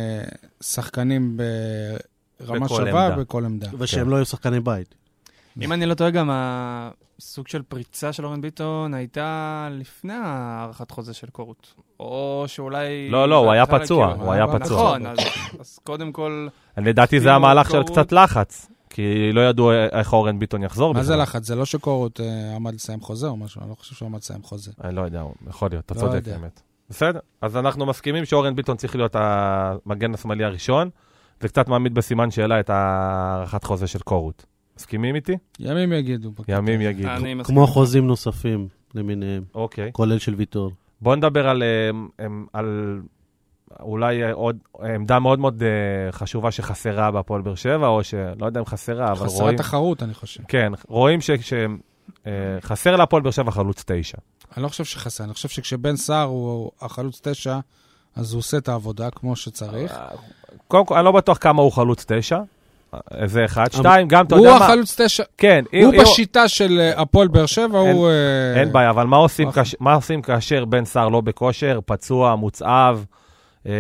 שחקנים ברמה בכל שווה עמדה. בכל עמדה. ושהם כן. לא יהיו שחקני בית. אם אני לא טועה, גם הסוג של פריצה של אורן ביטון הייתה לפני הערכת חוזה של קורות. או שאולי... לא, לא, הוא היה בהתחלה פצוע, כאילו- הוא היה פצוע. נכון, אז, אז קודם כל... לדעתי זה אפילו המהלך של קורות- קצת לחץ, כי לא ידעו איך אורן ביטון יחזור. מה בכלל. זה לחץ? זה לא שקורות אה, עמד לסיים חוזה או משהו, אני לא חושב שהוא עמד לסיים חוזה. אני לא יודע, יכול להיות, אתה לא צודק יודע. באמת. בסדר, אז אנחנו מסכימים שאורן ביטון צריך להיות המגן השמאלי הראשון, וקצת מעמיד בסימן שאלה את הערכת חוזה של קורות. מסכימים איתי? ימים יגידו. בקטע. ימים יגידו. אני מסכים. כמו חוזים נוספים למיניהם, אוקיי. כולל של ויטור. בואו נדבר על, אמ, אמ, על אולי עוד עמדה מאוד מאוד אה, חשובה שחסרה בהפועל באר שבע, או שלא יודע אם חסרה, אבל חסרה רואים... תחרות, אני חושב. כן, רואים שחסר להפועל באר שבע חלוץ תשע. אני לא חושב שחסר, אני חושב שכשבן סער הוא החלוץ תשע, אז הוא עושה את העבודה כמו שצריך. קודם כל, אני לא בטוח כמה הוא חלוץ תשע. זה אחד. שתיים, גם אתה יודע הוא מה... החלוץ תשע, כן. הוא אם- בשיטה של אה, הפועל באר שבע, הוא... אה, אין בעיה, אבל מה עושים, אחלה. כש... מה עושים כאשר בן סער לא בכושר, פצוע, מוצאב, אה,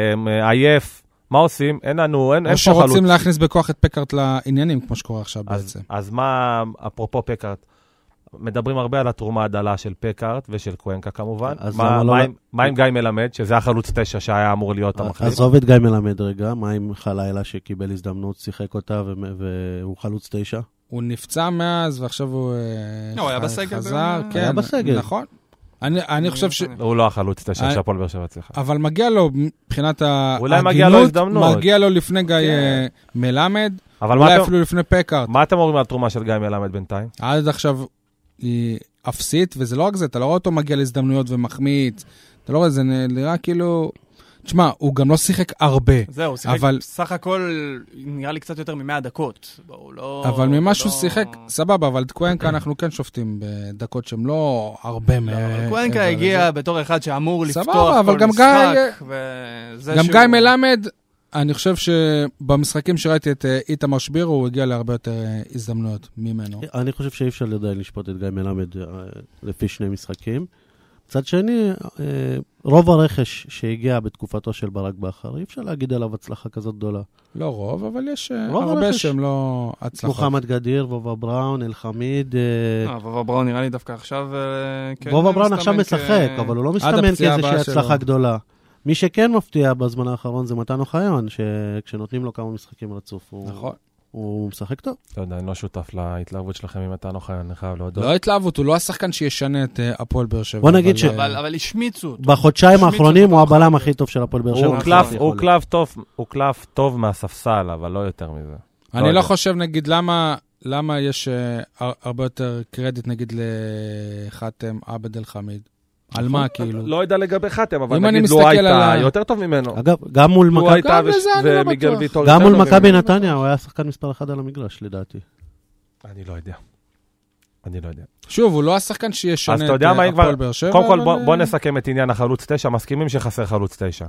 עייף? מה עושים? אין לנו, אין, אין או פה חלוץ. שרוצים להכניס בכוח את פקארט לעניינים, כמו שקורה עכשיו אז, בעצם. אז מה, אפרופו פקארט, מדברים הרבה על התרומה הדלה של פקארט ושל קוונקה כמובן. אז מה, למה לא- מה, עם, מה עם גיא מלמד, שזה החלוץ תשע שהיה אמור להיות המחליף? עזוב את גיא מלמד רגע, מה עם חלילה שקיבל הזדמנות, שיחק אותה ו- והוא חלוץ תשע? הוא נפצע מאז, ועכשיו הוא אה, לא, הוא היה ח- בסגל חזר. ב- כן, היה בסגל. נכון. אני אני חושב ש... הוא לא החלוץ תשע אני- שהפועל באר שבע צריכה. אבל מגיע לו, מבחינת אולי מגיע לו ההגינות, הזדמנות. מגיע לו לפני גיא כן. אה, מלמד, אבל מה אולי אתם, אפילו לפני פקארט. מה אתם אומרים על התרומה של גיא מלמד בינתיים? עד עכשיו היא אפסית, וזה לא רק זה, אתה לא רואה אותו מגיע להזדמנויות ומחמיץ, אתה לא רואה, זה נראה כאילו... תשמע, הוא גם לא שיחק הרבה, זהו, הוא שיחק אבל- סך הכל נראה לי קצת יותר מ-מאה דקות. הוא לא... אבל ממה לא- שהוא שיחק, סבבה, אבל את קוונקה אנחנו כן שופטים בדקות שהם לא הרבה לא, מעבר אבל קוונקה לזה. הגיע בתור אחד שאמור סבבה, לפתוח אבל כל גם משחק. גיא- וזה גם שהוא- גיא מלמד, אני חושב שבמשחקים שראיתי את אה, איתמר שבירו, הוא הגיע להרבה יותר אה, הזדמנויות ממנו. אני חושב שאי אפשר עדיין לשפוט את גיא מלמד אה, לפי שני משחקים. מצד שני, אה, רוב הרכש שהגיע בתקופתו של ברק בכר, אי אפשר להגיד עליו הצלחה כזאת גדולה. לא רוב, אבל יש אה, רוב הרבה הרכש. שהם לא הצלחות. מוחמד גדיר, וובה בראון, אלחמיד. אה, אה, וובה בראון נראה לי דווקא עכשיו... אה, כן וובה בראון מסתמן עכשיו כ- משחק, אבל הוא לא מסתמן הפציעה כאיזושהי הבאה הצלחה שלו. גדולה. מי שכן מפתיע בזמן האחרון זה מתן אוחיון, שכשנותנים לו כמה משחקים רצוף, הוא- נכון. הוא משחק טוב. לא יודע, אני לא שותף להתלהבות שלכם עם מתן אוחיון, אני חייב להודות. לא התלהבות, הוא לא השחקן שישנה את אה, הפועל באר שבע. בוא נגיד אבל, ש- אה, אבל אבל השמיצו אותו. בחודשיים השמיצו האחרונים אותו הוא נכון. הבלם הכי טוב של הפועל באר שבע. הוא נכון. קלף, יכול הוא להיות. קלף טוב, הוא קלף טוב מהספסל, אבל לא יותר מזה. אני לא לא יודע. חושב, נגיד, למה למה יש אה, הר- הרבה יותר קרדיט, נגיד, לחתם עבד אל חמיד. על מה, כאילו? לא יודע לגבי חתם, אבל אם אני נגיד לו מסתכל הייתה על ה- יותר טוב ממנו. אגב, גם מול לו מכבי- הייתה גם בזה אני לא ומיגל בטוח. ויטור גם יותר מול טוב מכבי ממנו. נתניה, הוא היה שחקן מספר אחד על המגרש, לדעתי. אני לא יודע. אני לא יודע. שוב, הוא לא השחקן אז שישנה אתה את יודע מה, אה, אם כבר- הפועל באר שבע. קודם כל אבל, בוא- אה, בוא נסכם את עניין החלוץ תשע, מסכימים שחסר חלוץ תשע.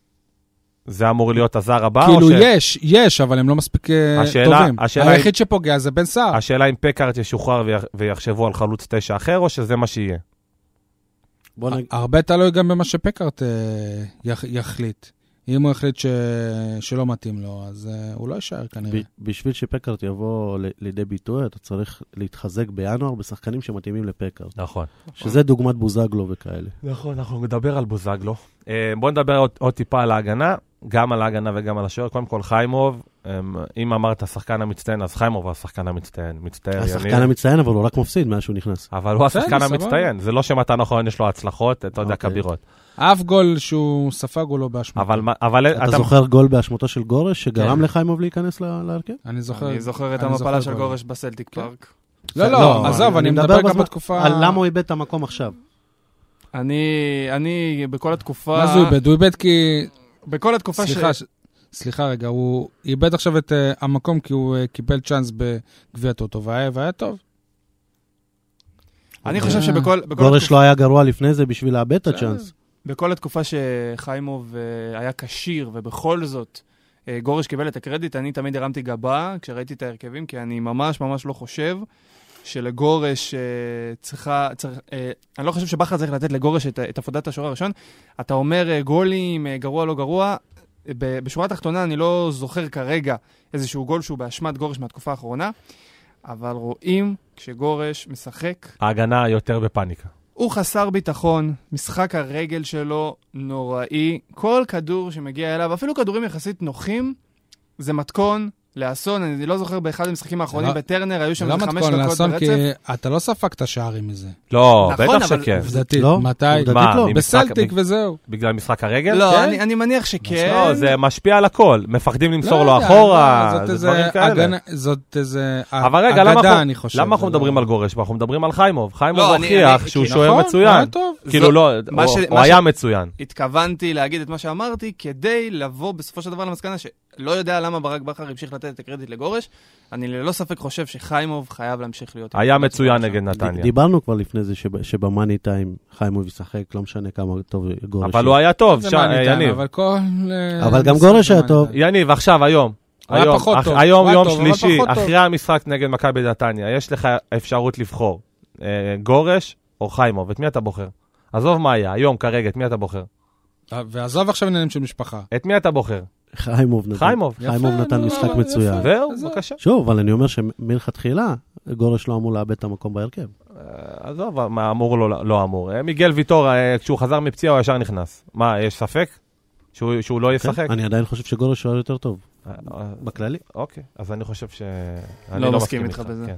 זה אמור להיות הזר הבא, או כאילו, ש... יש, יש, אבל הם לא מספיק אה, השאלה- טובים. השאלה היחיד שפוגע זה בן סער. השאלה אם פקארט ישוחרר ויח- ויחשבו על חלוץ תשע אחר, או שזה מה שיהיה. בוא נגיד, הרבה תלוי גם במה שפקארט אה, יח- יחליט. אם הוא יחליט ש- שלא מתאים לו, אז אה, הוא לא יישאר כנראה. ב- בשביל שפקארט יבוא ל- לידי ביטוי, אתה צריך להתחזק בינואר בשחקנים שמתאימים לפקארט. נכון. שזה דוגמת בוזגלו וכאלה. נכון, אנחנו נדבר על בוזגלו. בואו נדבר עוד, עוד טיפה על ההגנה, גם על ההגנה וגם על השוער. קודם כל, חיימוב, אמ, אם אמרת השחקן המצטיין, אז חיימוב הוא השחקן המצטיין. מצטיין, השחקן יניב. המצטיין, אבל הוא רק מפסיד מאז שהוא נכנס. אבל הוא השחקן בסדר, המצטיין. זה לא שמתן אוחיון יש לו הצלחות, אתה יודע, אוקיי. כבירות. אף גול שהוא ספג הוא לא באשמתו. אבל, מה- אבל אתה זוכר גול באשמתו של גורש, שגרם לחיימוב להיכנס ל- להרכב? אני זוכר. אני זוכר את אני המפלה זוכר של גול. גורש בסלטיק כן. פארק. לא, לא, עזוב, אני מדבר גם בזמן- בתקופה... על למה הוא איבד את המקום עכשיו. אני, אני בכל התקופה... מה זה הוא איבד? הוא איבד כי... בכל התקופה ש... סליחה, ש- סליחה רגע, הוא איבד עכשיו את אה, המקום כי הוא אה, קיבל צ'אנס בגביע טוטו, והיה והיה טוב. אני חושב שבכל... גורש לא היה גרוע לפני זה בשביל לאבד את הצ'אנס. בכל התקופה שחיימוב היה קשיר, ובכל זאת גורש קיבל את הקרדיט, אני תמיד הרמתי גבה כשראיתי את ההרכבים, כי אני ממש ממש לא חושב שלגורש צריכה... צריך, אני לא חושב שבחר צריך לתת לגורש את, את עבודת השוער הראשון. אתה אומר גולים, גרוע לא גרוע. בשורה התחתונה אני לא זוכר כרגע איזשהו גול שהוא באשמת גורש מהתקופה האחרונה, אבל רואים כשגורש משחק... ההגנה יותר בפאניקה. הוא חסר ביטחון, משחק הרגל שלו נוראי, כל כדור שמגיע אליו, אפילו כדורים יחסית נוחים, זה מתכון לאסון. אני לא זוכר באחד המשחקים האחרונים בטרנר, היו שם חמש דקות ברצף. כי אתה לא ספקת שערים מזה. לא, בטח שכן. עובדתית, מתי? בסלטיק וזהו. בגלל משחק הרגל? לא, אני מניח שכן. לא, זה משפיע על הכל. מפחדים למסור לו אחורה, זה דברים כאלה. זאת איזה אבל רגע, למה אנחנו מדברים על גורש? אנחנו מדברים על חיימוב. חיימוב הוכיח שהוא שוער מצוין. כאילו לא, הוא היה מצוין. התכוונתי להגיד את מה שאמרתי, כדי לבוא בסופו של דבר למסקנה שלא יודע למה ברק בכר המשיך לתת את הקרדיט לגורש. אני ללא ספק חושב שחיימוב חייב להמשיך להיות... היה מצוין נגד נתניה. דיברנו כבר לפני זה שבמאני טיים חיימוב ישחק, לא משנה כמה טוב גורש. אבל הוא היה טוב, יניב. אבל גם גורש היה טוב. יניב, עכשיו, היום. היום יום שלישי, אחרי המשחק נגד מכבי נתניה, יש לך אפשרות לבחור גורש או חיימוב. את מי אתה בוחר? עזוב מה היה, היום כרגע, את מי אתה בוחר? ועזוב עכשיו עניינים של משפחה. את מי אתה בוחר? חיימוב נתן. חיימוב. חיימוב נתן משחק מצוין. זהו, בבקשה. שוב, אבל אני אומר שמלכתחילה, גורש לא אמור לאבד את המקום בהרכב. עזוב, מה אמור לא אמור. מיגל ויטור, כשהוא חזר מפציעה, הוא ישר נכנס. מה, יש ספק? שהוא לא ישחק? אני עדיין חושב שגורש הוא יותר טוב. בכללי. אוקיי, אז אני חושב ש... לא מסכים איתך בזה.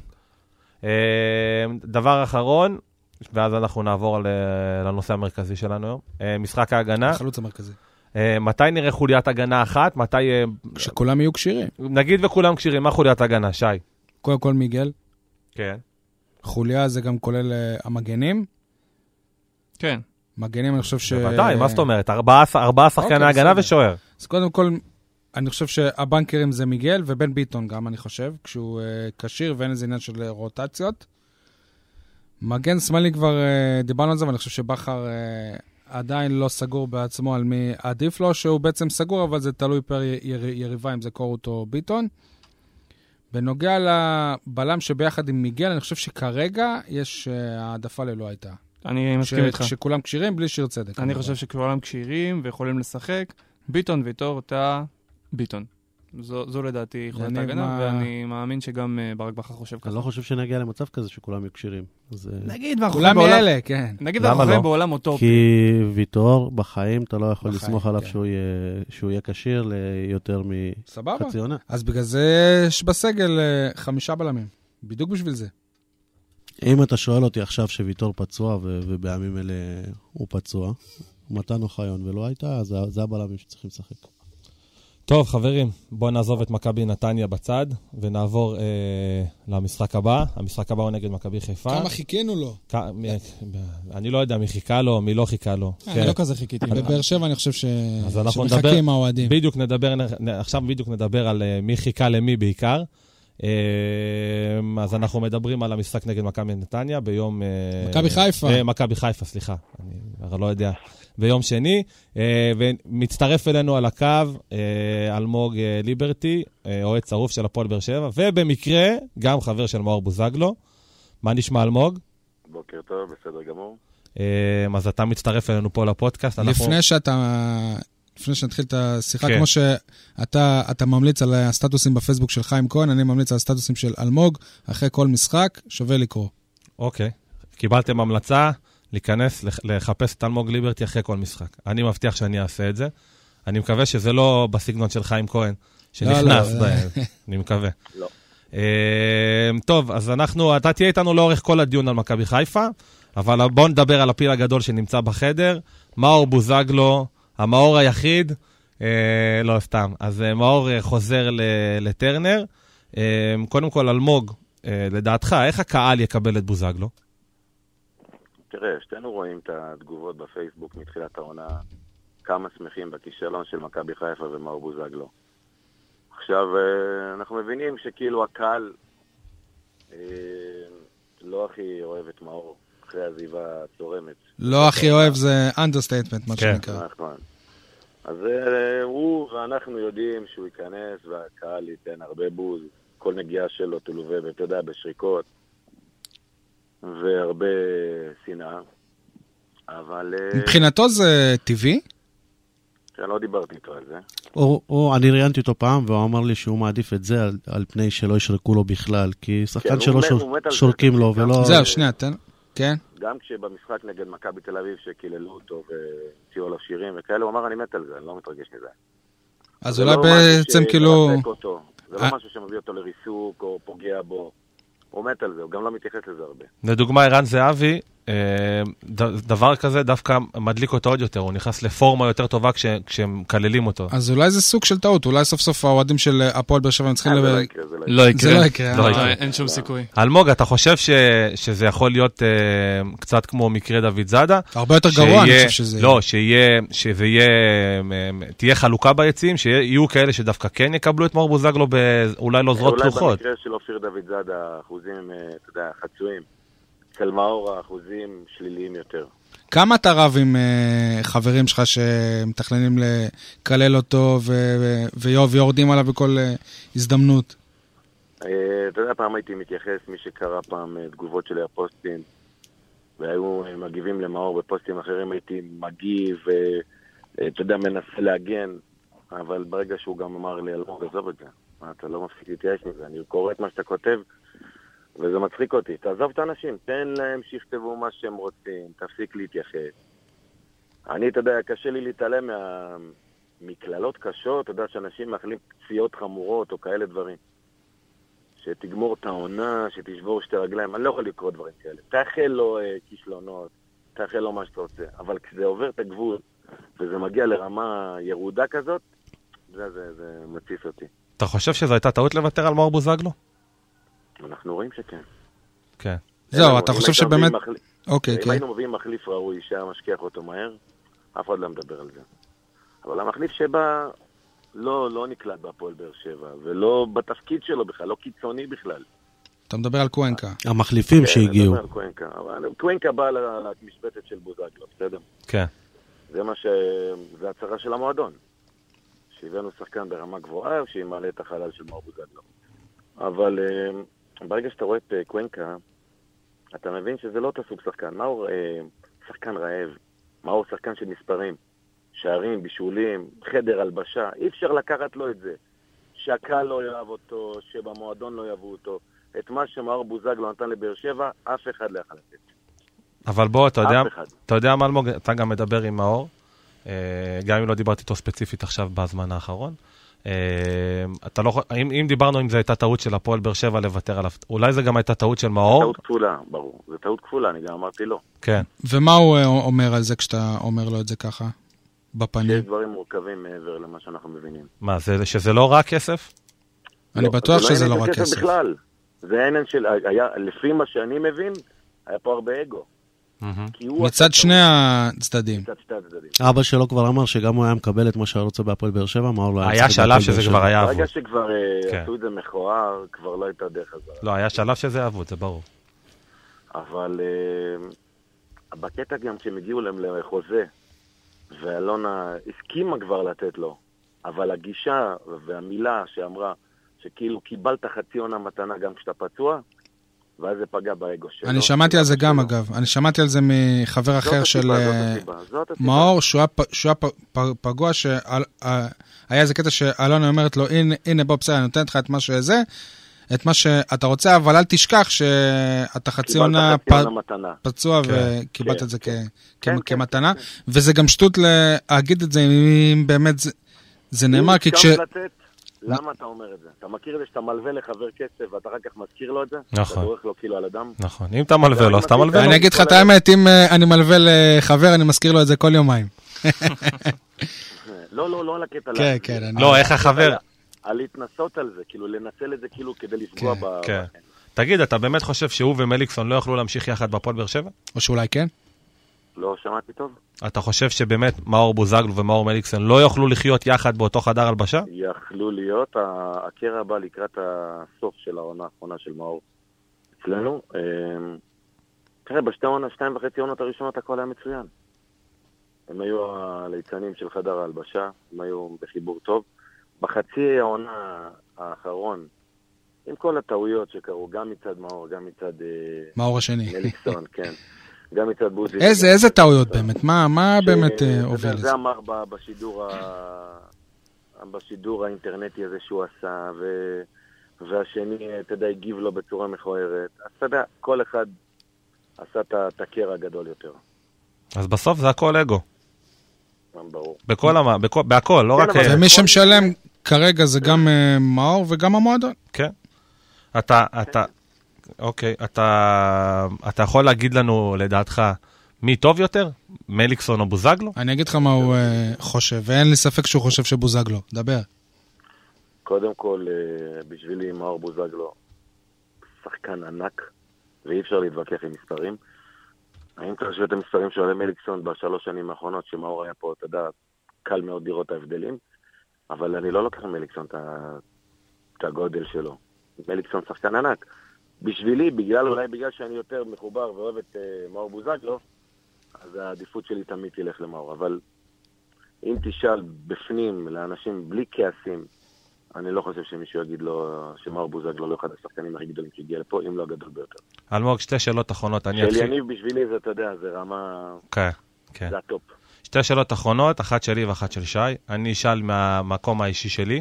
דבר אחרון, ואז אנחנו נעבור לנושא המרכזי שלנו היום. משחק ההגנה. החלוץ המרכזי. מתי נראה חוליית הגנה אחת? מתי... כשכולם יהיו קשירים. נגיד וכולם קשירים, מה חוליית הגנה? שי. קודם כל מיגל. כן. חוליה זה גם כולל המגנים. כן. מגנים אני חושב ש... בוודאי, מה זאת אומרת? ארבעה שחקני הגנה ושוער. אז קודם כל, אני חושב שהבנקרים זה מיגל ובן ביטון גם, אני חושב, כשהוא קשיר ואין איזה עניין של רוטציות. מגן שמאלי כבר דיברנו על זה, ואני חושב שבחר עדיין לא סגור בעצמו על מי עדיף לו, שהוא בעצם סגור, אבל זה תלוי פר יריבה, אם זה קורות או ביטון. בנוגע לבלם שביחד עם מיגל, אני חושב שכרגע יש העדפה ללא הייתה. אני מסכים איתך. שכולם קשירים בלי שיר צדק. אני חושב שכולם קשירים ויכולים לשחק. ביטון ויטור, אתה ביטון. זו, זו לדעתי יכולת ההגנה, מה... ואני מאמין שגם uh, ברק בכר חושב ככה. אני לא חושב שנגיע למצב כזה שכולם יהיו קשירים. אז... נגיד, ואנחנו כולם מאלה, כן. נגיד, ואנחנו חיים בעולם אוטופי. כי ויטור בחיים, אתה לא יכול בחיים, לסמוך עליו כן. שהוא, יהיה, שהוא יהיה קשיר ליותר מחצי עונה. אז בגלל זה יש בסגל חמישה בלמים. בדיוק בשביל זה. אם אתה שואל אותי עכשיו שוויטור פצוע, ו- ובימים אלה הוא פצוע, מתן אוחיון ולא הייתה, אז זה הבלמים שצריכים לשחק. טוב, חברים, בואו נעזוב את מכבי נתניה בצד, ונעבור אה, למשחק הבא. המשחק הבא הוא נגד מכבי חיפה. כמה חיכינו לו? כ... אני לא יודע מי חיכה לו, מי לא חיכה לו. אני כן. לא כזה חיכיתי. בבאר שבע אני חושב ש... שמחכים עם האוהדים. בדיוק נדבר, עכשיו בדיוק נדבר על מי חיכה למי בעיקר. אז אנחנו מדברים על המשחק נגד מכבי נתניה ביום... מכבי חיפה. מכבי חיפה, סליחה. אני לא יודע. ביום שני, ומצטרף אלינו על הקו אלמוג ליברטי, אוהד צרוף של הפועל באר שבע, ובמקרה גם חבר של מאור בוזגלו. מה נשמע אלמוג? בוקר טוב, בסדר גמור. אז אתה מצטרף אלינו פה לפודקאסט. לפני שאתה... לפני שנתחיל את השיחה, כמו שאתה אתה ממליץ על הסטטוסים בפייסבוק של חיים כהן, אני ממליץ על הסטטוסים של אלמוג, אחרי כל משחק, שווה לקרוא. אוקיי. קיבלתם המלצה להיכנס, לחפש את אלמוג ליברטי אחרי כל משחק. אני מבטיח שאני אעשה את זה. אני מקווה שזה לא בסגנון של חיים כהן, שנכנס בהם. אני מקווה. לא. טוב, אז אנחנו, אתה תהיה איתנו לאורך כל הדיון על מכבי חיפה, אבל בואו נדבר על הפיל הגדול שנמצא בחדר. מאור בוזגלו, המאור היחיד, אה, לא סתם, אז אה, מאור אה, חוזר ל- לטרנר. אה, קודם כל, אלמוג, אה, לדעתך, איך הקהל יקבל את בוזגלו? תראה, שתינו רואים את התגובות בפייסבוק מתחילת העונה, כמה שמחים בכישלון של מכבי חיפה ומאור בוזגלו. עכשיו, אה, אנחנו מבינים שכאילו הקהל אה, לא הכי אוהב את מאור. אחרי העזיבה הצורמת. לא הכי אוהב זה understatement, מה שנקרא. נכון. אז uh, הוא ואנחנו יודעים שהוא ייכנס והקהל ייתן הרבה בוז, כל נגיעה שלו תלווה, ואתה יודע, בשריקות והרבה שנאה, אבל... מבחינתו זה טבעי? שאני לא דיברתי איתו על זה. או, או, אני ראיינתי אותו פעם, והוא אמר לי שהוא מעדיף את זה על, על פני שלא ישרקו לו בכלל, כי שחקן כן, שלו שור, שורקים לו, ולא... זהו, שנייה, תן... כן. גם כשבמשחק נגד מכבי תל אביב שקיללו אותו והציעו עליו שירים וכאלה, הוא אמר, אני מת על זה, אני לא מתרגש מזה. אז אולי בעצם כאילו... זה לא משהו שמביא אותו לריסוק או פוגע בו. הוא מת על זה, הוא גם לא מתייחס לזה הרבה. לדוגמה, ערן זהבי, דבר כזה דווקא מדליק אותו עוד יותר, הוא נכנס לפורמה יותר טובה כשהם כללים אותו. אז אולי זה סוג של טעות, אולי סוף סוף האוהדים של הפועל באר שבע צריכים... לא יקרה. זה לא יקרה. אין שום סיכוי. אלמוג, אתה חושב שזה יכול להיות קצת כמו מקרה דוד זאדה? הרבה יותר גרוע, אני חושב שזה... לא, שזה יהיה, תהיה חלוקה ביציעים, שיהיו כאלה שדווקא כן יקבלו את מאור בוזגלו אולי לא זרועות פתוחות. אולי במקרה של אופיר דוד זאדה, אחוזים, אתה יודע, חצויים. אצל מאור האחוזים שליליים יותר. כמה אתה רב עם uh, חברים שלך שמתכננים לקלל אותו ויורדים עליו בכל uh, הזדמנות? Uh, אתה יודע, פעם הייתי מתייחס, מי שקרא פעם uh, תגובות שלי הפוסטים, והיו uh, מגיבים למאור בפוסטים אחרים, הייתי מגיב, uh, אתה יודע, מנסה להגן, אבל ברגע שהוא גם אמר לי, אלמוג, עזוב את זה. אתה לא מפסיק להתייאש מזה, אני קורא את מה שאתה כותב, וזה מצחיק אותי. תעזוב את האנשים, תן להם שיכתבו מה שהם רוצים, תפסיק להתייחס. אני, אתה יודע, קשה לי להתעלם מה... מכללות קשות, אתה יודע, שאנשים מאכלים פציעות חמורות או כאלה דברים. שתגמור את העונה, שתשבור שתי רגליים, אני לא יכול לקרוא דברים כאלה. תאחל לו אה, כישלונות, תאחל לו מה שאתה רוצה. אבל כשזה עובר את הגבול, וזה מגיע לרמה ירודה כזאת, זה, זה, זה מציף אותי. אתה חושב שזו הייתה טעות לוותר על מאור בוזגלו? אנחנו רואים שכן. כן. זהו, אתה חושב שבאמת... אוקיי, כן. אם היינו מביאים מחליף ראוי שהיה משכיח אותו מהר, אף אחד לא מדבר על זה. אבל המחליף שבא לא, לא נקלט בהפועל באר שבע, ולא בתפקיד שלו בכלל, לא קיצוני בכלל. אתה מדבר על קוונקה. המחליפים שהגיעו. כן, אני מדבר על קוונקה. קוונקה בא למשבצת של בוזגלו, בסדר? כן. זה מה ש... זה הצהרה של המועדון. שהבאנו שחקן ברמה גבוהה, שימלא את החלל של מאור בוזגלו. אבל ברגע שאתה רואה את קוונקה, אתה מבין שזה לא אותו סוג שחקן. מאור שחקן רעב, מאור שחקן של מספרים, שערים, בישולים, חדר הלבשה, אי אפשר לקחת לו את זה. שהקהל לא יאהב אותו, שבמועדון לא יאהבו אותו. את מה שמאור בוזגלו נתן לבאר שבע, אף אחד לא יכול לתת. אבל בוא, אתה יודע, אתה יודע מה אלמוג, אתה גם מדבר עם מאור, גם אם לא דיברתי איתו ספציפית עכשיו בזמן האחרון. אתה לא, אם, אם דיברנו אם זה הייתה טעות של הפועל באר שבע לוותר עליו, אולי זה גם הייתה טעות של מאור? טעות כפולה, ברור. זה טעות כפולה, אני גם אמרתי לא. כן. ומה הוא אומר על זה כשאתה אומר לו את זה ככה? בפנים? שיש דברים מורכבים מעבר למה שאנחנו מבינים. מה, זה, שזה לא רק כסף? אני לא, בטוח זה שזה לא לא רק כסף. בכלל. זה העניין של, היה, לפי מה שאני מבין, היה פה הרבה אגו. מצד שני הצדדים. מצד שני הצדדים. אבא שלו כבר אמר שגם הוא היה מקבל את מה שהיה רוצה בהפועל באר שבע, מה הוא לא היה שלב שזה כבר היה אבוד. ברגע שכבר עשו את זה מכוער, כבר לא הייתה דרך הזרה. לא, היה שלב שזה אבוד, זה ברור. אבל בקטע גם כשהם הגיעו להם לחוזה, ואלונה הסכימה כבר לתת לו, אבל הגישה והמילה שאמרה שכאילו קיבלת חצי עונה מתנה גם כשאתה פצוע, ואז זה פגע באגו שלו. אני שמעתי על זה גם, אגב. אני שמעתי על זה מחבר אחר של מאור, שהוא היה פגוע, שהיה איזה קטע שאלונה אומרת לו, הנה בוא בסדר, אני נותנת לך את מה שזה, את מה שאתה רוצה, אבל אל תשכח שאתה חצי עונה פצוע וקיבלת את זה כמתנה, וזה גם שטות להגיד את זה, אם באמת זה נאמר, כי כש... למה אתה אומר את זה? אתה מכיר את זה שאתה מלווה לחבר כסף ואתה רק כך מזכיר לו את זה? נכון. אתה דורך לו כאילו על אדם? נכון. אם אתה מלווה לו, אז אתה מלווה לו. אני אגיד לך את האמת, אם אני מלווה לחבר, אני מזכיר לו את זה כל יומיים. לא, לא, לא על הקטע. כן, כן. לא, איך החבר? על להתנסות על זה, כאילו לנצל את זה כאילו כדי לפגוע ב... כן. תגיד, אתה באמת חושב שהוא ומליקסון לא יוכלו להמשיך יחד בהפועל באר שבע? או שאולי כן? לא שמעתי טוב. אתה חושב שבאמת מאור בוזגלו ומאור מליקסון לא יוכלו לחיות יחד באותו חדר הלבשה? יכלו להיות, הקרע הבא לקראת הסוף של העונה האחרונה של מאור אצלנו. תראה, בשתיים שתיים וחצי עונות הראשונות הכל היה מצוין. הם היו הליצנים של חדר ההלבשה, הם היו בחיבור טוב. בחצי העונה האחרון, עם כל הטעויות שקרו, גם מצד מאור, גם מצד... מאור השני. מליקסון, כן. גם מצד בוזי. איזה, איזה טעויות באמת? מה, מה באמת הוביל לזה? זה אמר בשידור, בשידור האינטרנטי הזה שהוא עשה, והשני, אתה יודע, הגיב לו בצורה מכוערת. אז אתה יודע, כל אחד עשה את הקרע הגדול יותר. אז בסוף זה הכל אגו. ברור. בכל המה, בהכל, לא רק... ומי שמשלם כרגע זה גם מאור וגם המועדון. כן. אתה, אתה, אוקיי, אתה, אתה יכול להגיד לנו, לדעתך, מי טוב יותר? מליקסון או בוזגלו? אני אגיד לך מה הוא חושב, ואין לי ספק שהוא חושב שבוזגלו. דבר. קודם כל, בשבילי מאור בוזגלו שחקן ענק, ואי אפשר להתווכח עם מספרים. האם אתה חושב את המספרים שעולה מליקסון בשלוש שנים האחרונות, שמאור היה פה, אתה יודע, קל מאוד לראות ההבדלים, אבל אני לא לוקח מליקסון את הגודל שלו. מליקסון שחקן ענק. בשבילי, בגלל, אולי בגלל שאני יותר מחובר ואוהב את uh, מאור בוזגלו, אז העדיפות שלי תמיד תלך למאור. אבל אם תשאל בפנים לאנשים בלי כעסים, אני לא חושב שמישהו יגיד לו שמאור בוזגלו לא אחד השחקנים הכי גדולים שהגיע לפה, אם לא הגדול ביותר. אלמוג, שתי שאלות אחרונות. של יניב בשבילי זה, אתה יודע, זה רמה... כן, כן. זה הטופ. שתי שאלות אחרונות, אחת שלי ואחת של שי. אני אשאל מהמקום האישי שלי.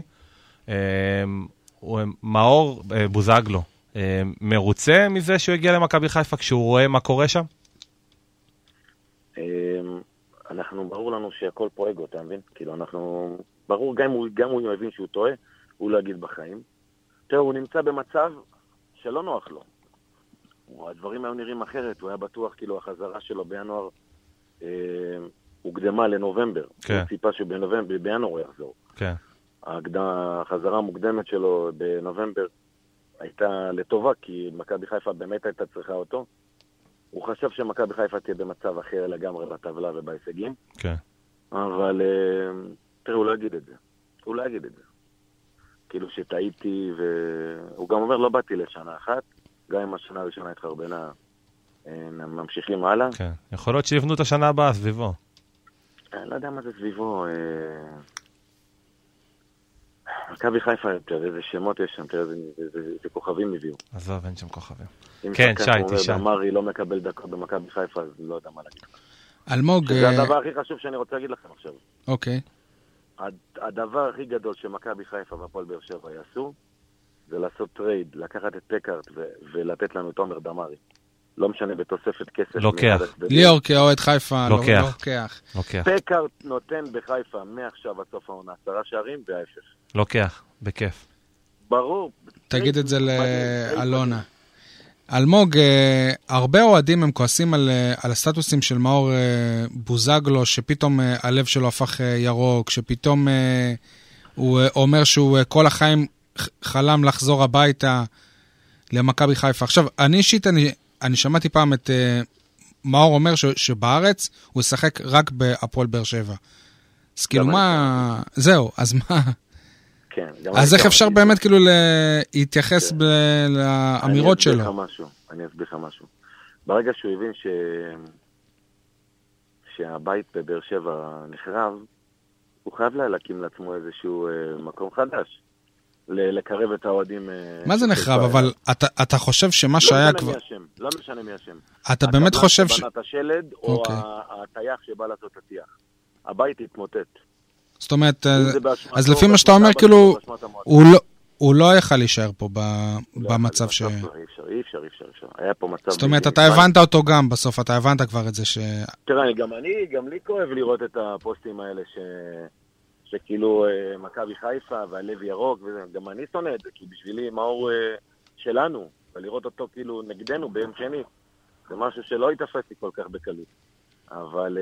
מאור בוזגלו, מרוצה מזה שהוא הגיע למכבי חיפה כשהוא רואה מה קורה שם? אנחנו, ברור לנו שהכל פה אגו, אתה מבין? כאילו אנחנו, ברור, גם הוא, גם הוא מבין שהוא טועה, הוא לא יגיד בחיים. תראה, הוא נמצא במצב שלא נוח לו. הדברים היו נראים אחרת, הוא היה בטוח, כאילו, החזרה שלו בינואר אה, הוקדמה לנובמבר. כן. הוא ציפה שבנובמבר, בינואר הוא יחזור. כן. החזרה המוקדמת שלו בנובמבר הייתה לטובה, כי מכבי חיפה באמת הייתה צריכה אותו. הוא חשב שמכבי חיפה תהיה במצב אחר לגמרי בטבלה ובהישגים. כן. אבל, תראה, הוא לא יגיד את זה. הוא לא יגיד את זה. כאילו שטעיתי, והוא גם אומר, לא באתי לשנה אחת, גם אם השנה הראשונה התחרבנה, ממשיכים הלאה. כן. יכול להיות שיבנו את השנה הבאה סביבו. אני לא יודע מה זה סביבו. מכבי חיפה, תראה, איזה שמות יש שם, תראה, איזה כוכבים הביאו. עזוב, אין שם כוכבים. כן, שי, תשאל. אם אמרי לא מקבל דקות במכבי חיפה, אז לא יודע מה להגיד. אלמוג... זה הדבר הכי חשוב שאני רוצה להגיד לכם עכשיו. אוקיי. הדבר הכי גדול שמכבי חיפה והפועל באר שבע יעשו, זה לעשות טרייד, לקחת את פקארט ולתת לנו את עומר דמרי. לא משנה, בתוספת כסף. לוקח. ליאור כאוהד חיפה, לוקח. לוקח. פקארט נותן בחיפה מעכשיו עד סוף העונה עשרה שערים וההפך. לוקח, בכיף. ברור. תגיד את זה לאלונה. אלמוג, הרבה אוהדים הם כועסים על, על הסטטוסים של מאור בוזגלו, שפתאום הלב שלו הפך ירוק, שפתאום הוא אומר שהוא כל החיים חלם לחזור הביתה למכבי חיפה. עכשיו, אני אישית, אני, אני שמעתי פעם את מאור אומר ש, שבארץ הוא ישחק רק בהפועל באר שבע. אז כאילו מה... זהו, אז מה... כן, אז איך אפשר באמת כאילו להתייחס לאמירות שלו? אני אסביר לך משהו, אני אסביר לך משהו. ברגע שהוא הבין ש... שהבית בבאר שבע נחרב, הוא חייב לה להקים לעצמו איזשהו מקום חדש. לקרב את האוהדים... מה זה נחרב? אבל אתה חושב שמה שהיה כבר... לא משנה מי השם. אתה באמת חושב ש... הקבלן שבנת השלד, או הטייח שבא לעשות הטיח. הבית התמוטט. זאת אומרת, אז לפי מה שאתה אומר, כאילו, הוא לא יכל להישאר פה במצב ש... אי אפשר, אי אפשר, אי אפשר. היה פה מצב... זאת אומרת, אתה הבנת אותו גם בסוף, אתה הבנת כבר את זה ש... תראה, גם אני, גם לי כואב לראות את הפוסטים האלה שכאילו מכבי חיפה והלב ירוק, וגם אני שונא את זה, כי בשבילי מאור שלנו, ולראות אותו כאילו נגדנו ביום שני, זה משהו שלא יתפס לי כל כך בקלות. אבל...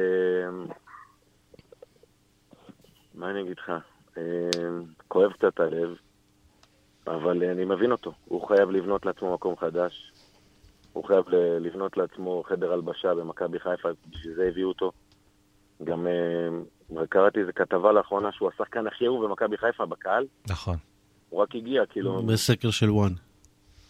מה אני אגיד לך? כואב קצת הלב, אבל אני מבין אותו. הוא חייב לבנות לעצמו מקום חדש. הוא חייב לבנות לעצמו חדר הלבשה במכבי חיפה, בשביל זה הביאו אותו. גם קראתי איזו כתבה לאחרונה שהוא השחקן הכי אהוב במכבי חיפה בקהל. נכון. הוא רק הגיע, כאילו... בסקר של וואן.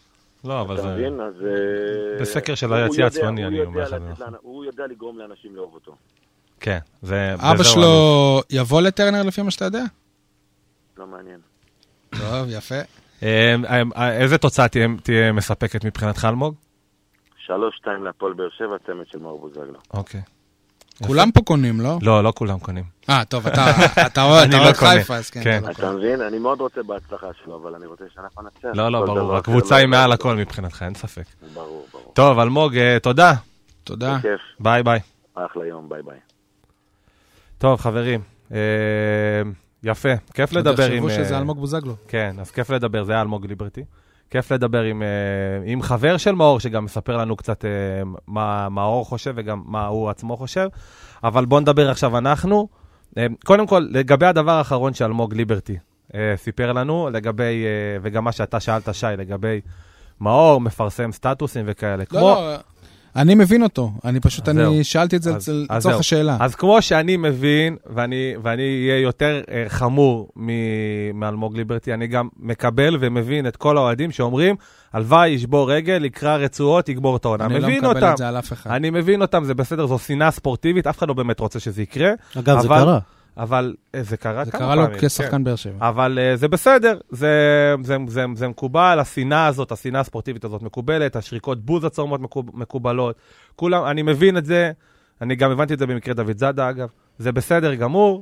לא, אבל אתה זה... מבין? אז... בסקר של הוא היציע יודע- הצפוני, הוא אני יודע אומר שזה לתת נכון. לאנ- הוא יודע לגרום לאנשים לאהוב אותו. כן, זה... אבא בזה הוא שלו יבוא לטרנר לפי מה שאתה יודע? לא מעניין. טוב, יפה. אה, אה, איזה תוצאה תהיה- תהיה מספקת מבחינתך, אלמוג? שלוש שתיים להפועל באר שבע, צמד של מאור בוזגלו. אוקיי. כולם פה קונים, לא? לא, לא כולם קונים. אה, טוב, אתה אתה רואה אני אתה לא רואה את קונה. חיפה, אז כן. כן. אתה לא אתה קונה. מבין? אני מאוד רוצה בהצלחה שלו, אבל אני רוצה שאנחנו נצליח. לא, לא, כל ברור. דבר הקבוצה אחר היא לא- מעל הכל מבחינתך, אין ספק. ברור, ברור. טוב, אלמוג, אה, תודה. תודה. כיף, ביי ביי. אחלה יום, ביי ביי. טוב, חברים. אה, יפה, כיף לדבר עם... תחשבו שזה אה, אלמוג בוזגלו. כן, אז כיף לדבר, זה היה אלמוג ליברטי. כיף לדבר עם, אה, עם חבר של מאור, שגם מספר לנו קצת אה, מה מאור חושב וגם מה הוא עצמו חושב. אבל בואו נדבר עכשיו אנחנו. אה, קודם כל, לגבי הדבר האחרון שאלמוג ליברטי אה, סיפר לנו, לגבי, אה, וגם מה שאתה שאלת, שי, לגבי מאור, מפרסם סטטוסים וכאלה. לא, כמו, לא, אני מבין אותו. אני פשוט, אז אני זהו. שאלתי את זה אז- אצל- אז לצורך זהו. השאלה. אז כמו שאני מבין, ואני, ואני אהיה יותר אה, חמור מ- מאלמוג ליברטי, אני גם מקבל ומבין את כל האוהדים שאומרים, הלוואי, ישבור רגל, יקרא רצועות, יגבור את העונה. אני לא מבין מקבל אותם. את זה על אף אחד. אני מבין אותם, זה בסדר, זו שנאה ספורטיבית, אף אחד לא באמת רוצה שזה יקרה, אגב, זה אבל- קרה. אבל אה, זה קרה זה כמה קרה לו פעמים, כן. כשחקן באר שבע. אבל uh, זה בסדר, זה, זה, זה, זה מקובל, השנאה הזאת, השנאה הספורטיבית הזאת מקובלת, השריקות בוז הצורמות מקוב, מקובלות, כולם, אני מבין את זה, אני גם הבנתי את זה במקרה דוד זאדה אגב, זה בסדר גמור,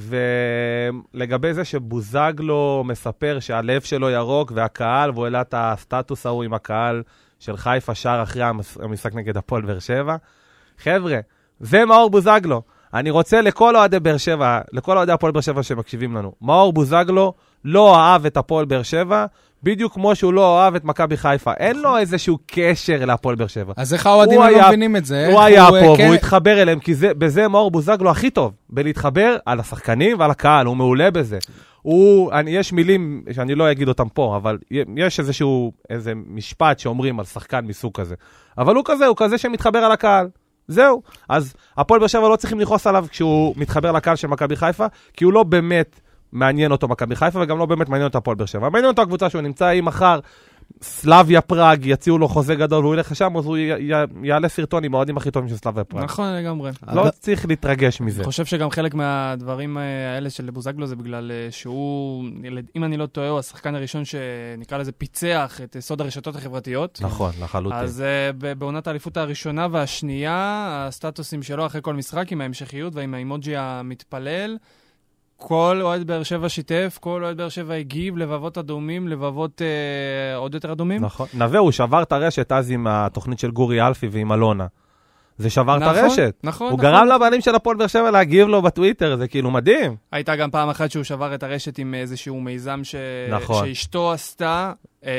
ולגבי זה שבוזגלו מספר שהלב שלו ירוק והקהל, והוא העלה את הסטטוס ההוא עם הקהל של חיפה שר אחרי המס- המשחק נגד הפועל באר שבע, חבר'ה, זה מאור בוזגלו. אני רוצה לכל אוהדי באר שבע, לכל אוהדי הפועל באר שבע שמקשיבים לנו. מאור בוזגלו לא אהב את הפועל באר שבע, בדיוק כמו שהוא לא אהב את מכבי חיפה. אין לו איזשהו קשר להפועל באר שבע. אז איך האוהדים הוא לא היה- מבינים את זה? הוא איך היה אה, פה כן- והוא התחבר אליהם, כי זה, בזה מאור בוזגלו הכי טוב, בלהתחבר על השחקנים ועל הקהל, הוא מעולה בזה. הוא, אני, יש מילים שאני לא אגיד אותם פה, אבל יש איזשהו, איזה משפט שאומרים על שחקן מסוג כזה. אבל הוא כזה, הוא כזה שמתחבר על הקהל. זהו. אז הפועל באר שבע לא צריכים לכעוס עליו כשהוא מתחבר לקהל של מכבי חיפה, כי הוא לא באמת מעניין אותו מכבי חיפה, וגם לא באמת מעניין אותו הפועל באר שבע. מעניין אותו הקבוצה שהוא נמצא, אם מחר סלאביה פראג יציעו לו חוזה גדול, והוא ילך לשם, אז הוא י- י- יעלה סרטון עם האוהדים הכי טובים של סלאביה פראג. נכון, לגמרי. לא אגב- צריך להתרגש מזה. אני חושב שגם חלק מהדברים האלה של בוזגלו זה בגלל אה, שהוא, אם אני לא טועה, הוא השחקן הראשון שנקרא לזה פיצח את סוד הרשתות החברתיות. נכון, לחלוטין. אז uh, בעונת האליפות הראשונה והשנייה, הסטטוסים שלו אחרי כל משחק עם ההמשכיות ועם האימוג'י המתפלל, כל אוהד באר שבע שיתף, כל אוהד באר שבע הגיב, לבבות אדומים, לבבות uh, עוד יותר אדומים. נכון. נווה, הוא שבר את הרשת אז עם התוכנית של גורי אלפי ועם אלונה. זה שבר את נכון, הרשת. נכון, הוא נכון. גרם לבעלים של הפועל באר שבע להגיב לו בטוויטר, זה כאילו מדהים. הייתה גם פעם אחת שהוא שבר את הרשת עם איזשהו מיזם ש... נכון. שאשתו עשתה, אה,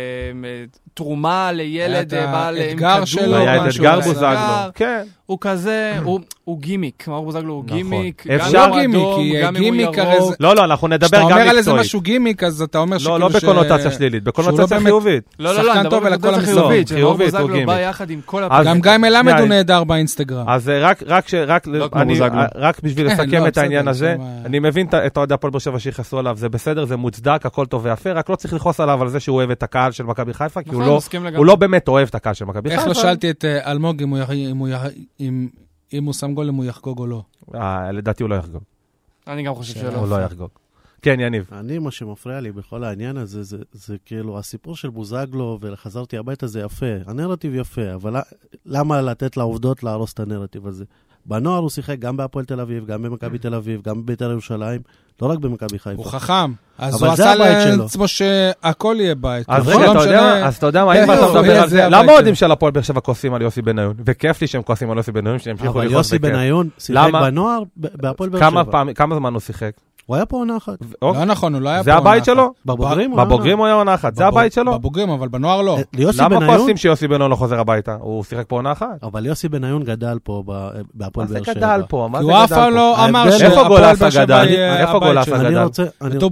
תרומה לילד היה את בעל עם האתגר כדור, שלו, היה את משהו אתגר כזה. בוזגלו. כן. הוא כזה, הוא, הוא גימיק, מאור בוזגלו הוא נכון. גימיק, אפשר- גם אם הוא גימיק, אדום, כי גם אם הוא גימיק הרי ירוק. זה- לא, לא, אנחנו נדבר כשאתה גם אומר על איזה מקצועית. משהו גימיק, אז אתה אומר לא, שכאילו לא ש- בקונוטציה שלילית, שהוא בקונוטציה לא באמת- חיובית. לא, לא, שחקן לא, אני טוב מדבר ולכל בקונוטציה המשחק. חיובית, שמאור חיובית, הוא בוזגלו גימיק. בא יחד עם כל אז- הפ... גם גיא מלמד שנייה, הוא נהדר באינסטגרם. אז אה, רק, רק, ש, רק, לא כמו אני, בוזגלו. אה, רק בשביל כן, לסכם לא, את העניין בסדר, הזה, שמה- אני מבין את- את אוהדי הפועל באר שבע שיכעסו עליו, זה בסדר, זה מוצדק, הכל טוב ויפה, רק לא צריך לכעוס עליו על זה שהוא אוהב את הקהל של מכבי חיפה, כי הוא נכון, לא, מסכים לגמרי. הוא לא באמת אוהב את הקהל של מכבי חיפה. איך לא שאלתי את אה, אלמוג אם הוא יח- אם הוא יח- אם- אם הוא שם גול, אם הוא יחגוג או לא. אה, לדעתי הוא לא יחגוג. אני גם חושב שלא. הוא לא יחגוג. כן, יניב. אני, מה שמפריע לי בכל העניין הזה, זה, זה, זה כאילו הסיפור של בוזגלו, וחזרתי הביתה, זה יפה. הנרטיב יפה, אבל למה לתת לעובדות להרוס את הנרטיב הזה? בנוער הוא שיחק גם בהפועל תל אביב, גם במכבי תל אביב, גם בבית"ר ירושלים, לא רק במכבי חיפה. הוא חכם. אז אבל הוא זה עשה הבית שלו. לעצמו שהכל יהיה בית. אז אבל רגע, לא אתה יודע משנה- מה? אז אתה יודע מה, אם כן, אתה לא, מדבר על זה זה, הבית למה שלו. אוהדים של הפועל באר שבע כועסים על יוסי בניון? וכיף לי שהם כועסים על יוסי בניון, שהם ימשיכו אבל לכעוס יוסי בכיף. בניון שיחק למה? בנוער ב- בהפועל באר כמה שבע. פעם- כמה זמן הוא שיחק? הוא היה פה עונה אחת. אוקיי. לא נכון, הוא לא היה פה זה הבית עונה שלו? אחת. בבוגרים הוא היה בבוגרים הוא היה עונה אחת, זה בבוג- הבית שלו? בבוגרים, אבל בנוער לא. עונה. ליוסי למה בניון, כועסים שיוסי בניון לא חוזר הביתה? הוא שיחק פה עונה אחת. אבל יוסי בניון גדל פה ב- מה בהפועל זה באר שבע. גדל פה? מה כי זה הוא אף גדל פעם פה? לא אמר ההבדל- שהפועל איפה גולסה באר שבע גדל? יהיה איפה הבית גולסה שלו. גדל? אני רוצה... אני- בטוברוק.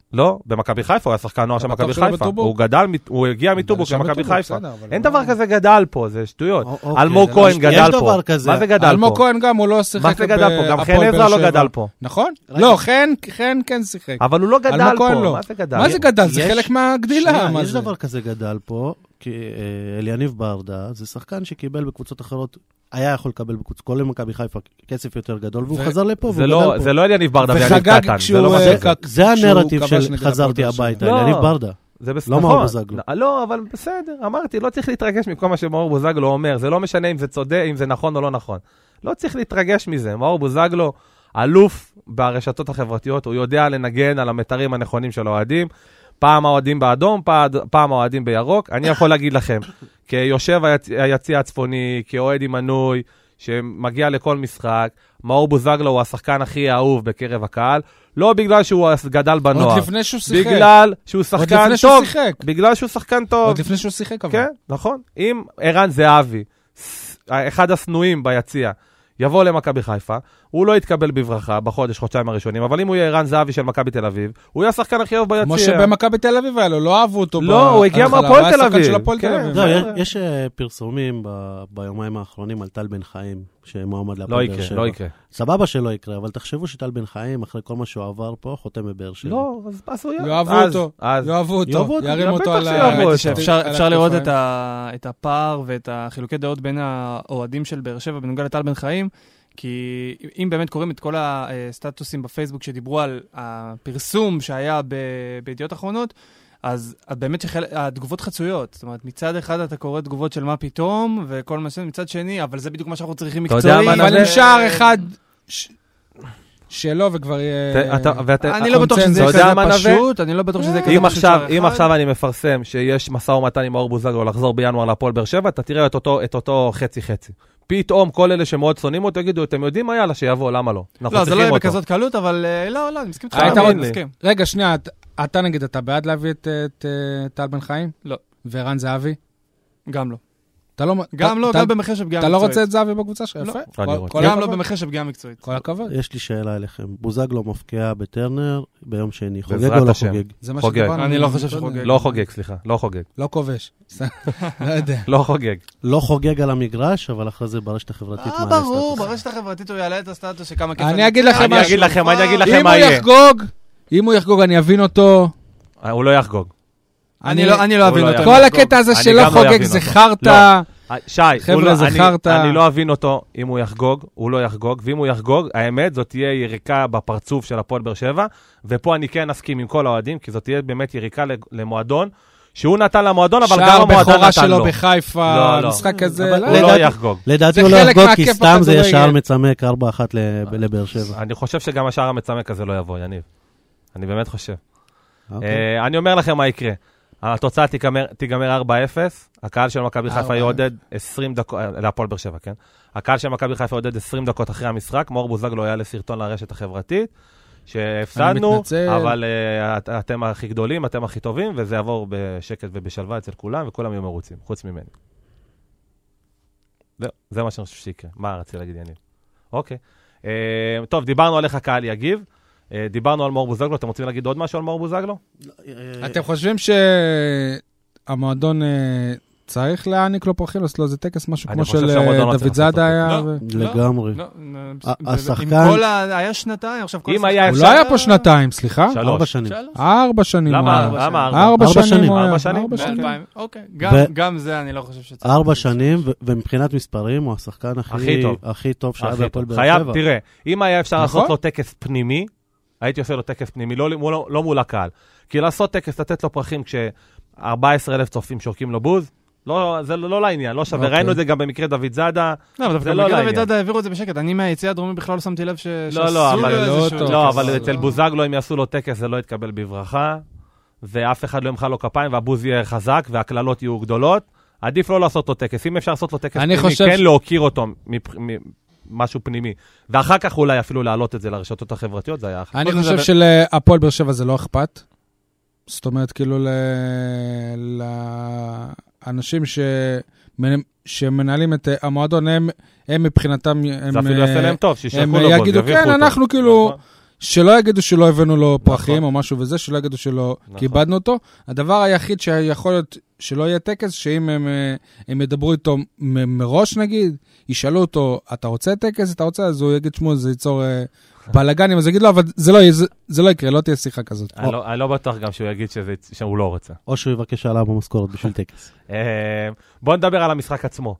לא, במכבי חיפה, הוא היה שחקן נוער של מכבי חיפה. הוא גדל, הוא הגיע מטובוק של מכבי חיפה. אין דבר כזה גדל פה, זה שטויות. אלמוג כהן גדל פה. מה זה גדל פה? אלמוג כהן גם, הוא לא שיחק. מה זה גדל פה? גם חן עזרא לא גדל פה. נכון? לא, חן כן שיחק. אבל הוא לא גדל פה. מה זה גדל? מה זה גדל? זה חלק מהגדילה. יש דבר כזה גדל פה, כי אליניב ברדה, זה שחקן שקיבל בקבוצות אחרות, היה יכול לקבל בקבוצות, כולל מכבי חיפה, כסף יותר גדול, והוא חזר לפה, והוא גדל פה. זה לא אליניב ברדה ואליניב קטן. זה הנרטיב של חזרתי הביתה, אליניב ברדה. זה בסדר. לא מאור בוזגלו. לא, אבל בסדר, אמרתי, לא צריך להתרגש מכל מה שמאור בוזגלו אומר, זה לא משנה אם זה צודק, אם זה נכון או לא נכון. לא צריך להתרגש מזה. מאור בוזגלו, אלוף ברשתות החברתיות, הוא יודע לנגן על המתרים הנכונים של האוהדים, פעם האוהדים באדום, פעם האוהדים בירוק. אני יכול להגיד לכם, כיושב היציע הצפוני, כאוהד עם מנוי, שמגיע לכל משחק, מאור בוזגלו הוא השחקן הכי אהוב בקרב הקהל, לא בגלל שהוא גדל בנוער. עוד לפני שהוא שיחק. בגלל שהוא שחקן טוב. בגלל שהוא שחקן טוב. עוד לפני שהוא שיחק. כן, נכון. אם ערן זהבי, אחד הסנועים ביציע, יבוא למכבי חיפה, הוא לא יתקבל בברכה בחודש, חודשיים הראשונים, אבל אם הוא יהיה ערן זהבי של מכבי תל אביב, הוא יהיה השחקן הכי אהוב ביציע. כמו שבמכבי תל אביב היה לו, לא אהבו אותו. לא, הוא הגיע מהפועל תל אביב. יש פרסומים ביומיים האחרונים על טל בן חיים, שמועמד להפועל באר שבע. לא יקרה. סבבה שלא יקרה, אבל תחשבו שטל בן חיים, אחרי כל מה שהוא עבר פה, חותם בבאר שבע. לא, אז הוא יהיה. יאהבו אותו, יאהבו אותו, ירים אותו על ה... אפשר לראות את הפער ואת החילוקי דעות בין האוהדים של באר שבע בנוגע לטל בן חיים, כי אם באמת קוראים את כל הסטטוסים בפייסבוק שדיברו על הפרסום שהיה בידיעות אחרונות, אז באמת התגובות חצויות. זאת אומרת, מצד אחד אתה קורא תגובות של מה פתאום, וכל מה שזה מצד שני, אבל זה בדיוק מה שאנחנו צריכים מקצועי. אבל עם שער אחד שלו וכבר יהיה... אני לא בטוח שזה כזה פשוט, אני לא בטוח שזה כזה פשוט שער אחד. אם עכשיו אני מפרסם שיש משא ומתן עם מאור בוזגלו לחזור בינואר להפועל באר שבע, אתה תראה את אותו חצי-חצי. פתאום כל אלה שמאוד שונאים אותו, יגידו, אתם יודעים מה יאללה, שיבוא, למה לא? לא, זה לא יהיה בכזאת קלות, אבל לא, לא, אני מסכים איתך. רגע, שנייה, אתה נגיד, אתה בעד להביא את טל בן חיים? לא. וערן זהבי? גם לא. גם לא, גם במחיר של פגיעה מקצועית. אתה לא רוצה את זהבי בקבוצה שלך? יפה. גם לא במחיר של פגיעה מקצועית. כל הכבוד. יש לי שאלה אליכם. בוזגלו מפקיע בטרנר ביום שני. חוגג או לא חוגג? זה מה שדיברנו. אני לא חושב שחוגג. לא חוגג, סליחה. לא חוגג. לא כובש. לא יודע. לא חוגג. לא חוגג על המגרש, אבל אחרי זה ברשת החברתית מעלה סטטוס. ברור, ברשת החברתית הוא יעלה את הסטטוס שכמה כיף. אני אגיד לכם אני אגיד לכם, אני אגיד לכם מה יהיה. אם הוא יחגוג, אני אבין אותו. הוא לא יחגוג. אני לא אבין אותו. כל הקטע הזה שלא חוגג זה חרטה. שי, חבר'ה, זכרת. אני לא אבין אותו אם הוא יחגוג, הוא לא יחגוג, ואם הוא יחגוג, האמת, זאת תהיה יריקה בפרצוף של הפועל באר שבע, ופה אני כן אסכים עם כל האוהדים, כי זאת תהיה באמת יריקה למועדון, שהוא נתן למועדון, אבל גם המועדון נתן לו. שער בכורה שלו בחיפה, משחק כזה. הוא לא יחגוג. לדעתי הוא לא יחגוג, כי סתם זה יהיה שער מצמק ארבע אחת לבאר שבע. אני חושב שגם השער המצמק הזה לא יבוא, יניב. אני באמת חושב. אני אומר לכם מה יקרה. התוצאה תיגמר ארבע אפס, הקהל של מכבי חיפה יעודד עשרים דקות, להפועל באר שבע, כן? הקהל של מכבי חיפה יעודד עשרים דקות אחרי המשחק, מאור בוזגלו היה לסרטון לרשת החברתית, שהפסדנו, אבל אתם הכי גדולים, אתם הכי טובים, וזה יעבור בשקט ובשלווה אצל כולם, וכולם יהיו מרוצים, חוץ ממני. זה מה שאני חושב שיקרה. מה רציתי להגיד, יניב? אוקיי. טוב, דיברנו עליך, קהל יגיב. דיברנו על מאור בוזגלו, אתם רוצים להגיד עוד משהו על מאור בוזגלו? אתם חושבים שהמועדון צריך להעניק לו פרחים, לעשות לו איזה טקס, משהו כמו של דוד זאדה היה? לגמרי. השחקן... היה שנתיים, עכשיו כל השחקן... הוא לא היה פה שנתיים, סליחה? ארבע שנים. ארבע שנים. למה ארבע? ארבע שנים. ארבע שנים? אוקיי, גם זה אני לא חושב שצריך. ארבע שנים, ומבחינת מספרים, הוא השחקן הכי טוב שהיה בהפועל באר שבע. חייב, תראה, אם היה אפשר לעשות לו טקס פנימי, הייתי עושה לו טקס פנימי, לא, לא, לא מול הקהל. כי לעשות טקס, לתת לו פרחים כש-ארבעה עשר אלף צופים שורקים לו בוז, לא, זה לא, לא לעניין, לא שווה. Okay. ראינו את זה גם במקרה דוד זאדה. לא, אבל דווקא במקרה דוד זאדה העבירו את זה בשקט. אני מהיציאה הדרומי בכלל לא שמתי לב ש... לא, לא, אבל, לא, לא, אבל אצל בוזגלו, אם יעשו לו טקס, זה לא יתקבל בברכה, ואף אחד לא ימחא לו כפיים, והבוז יהיה חזק, והכללות יהיו גדולות. עדיף לא לעשות לו טקס. אם אפשר לעשות לו טקס פנימי, חושב... כן להוקיר אותו מפ... משהו פנימי, ואחר כך אולי אפילו להעלות את זה לרשתות החברתיות, זה היה אחר. אני חושב שלהפועל באר שבע זה לא אכפת. זאת אומרת, כאילו לאנשים שמנהלים את המועדון, הם מבחינתם, זה אפילו יעשה להם טוב, שישלחו לו בו, יגידו, כן, אנחנו כאילו, שלא יגידו שלא הבאנו לו פרחים או משהו וזה, שלא יגידו שלא כיבדנו אותו. הדבר היחיד שיכול להיות שלא יהיה טקס, שאם הם, הם ידברו איתו מראש נגיד, ישאלו אותו, אתה רוצה טקס? אתה רוצה? אז הוא יגיד שמו, זה ייצור בלגנים, אז יגיד לו, אבל זה לא, זה, זה לא יקרה, לא תהיה שיחה כזאת. אני לא, אני לא בטוח גם שהוא יגיד שזה, שהוא לא רוצה. או שהוא יבקש עליו במשכורת בשביל טקס. בואו נדבר על המשחק עצמו.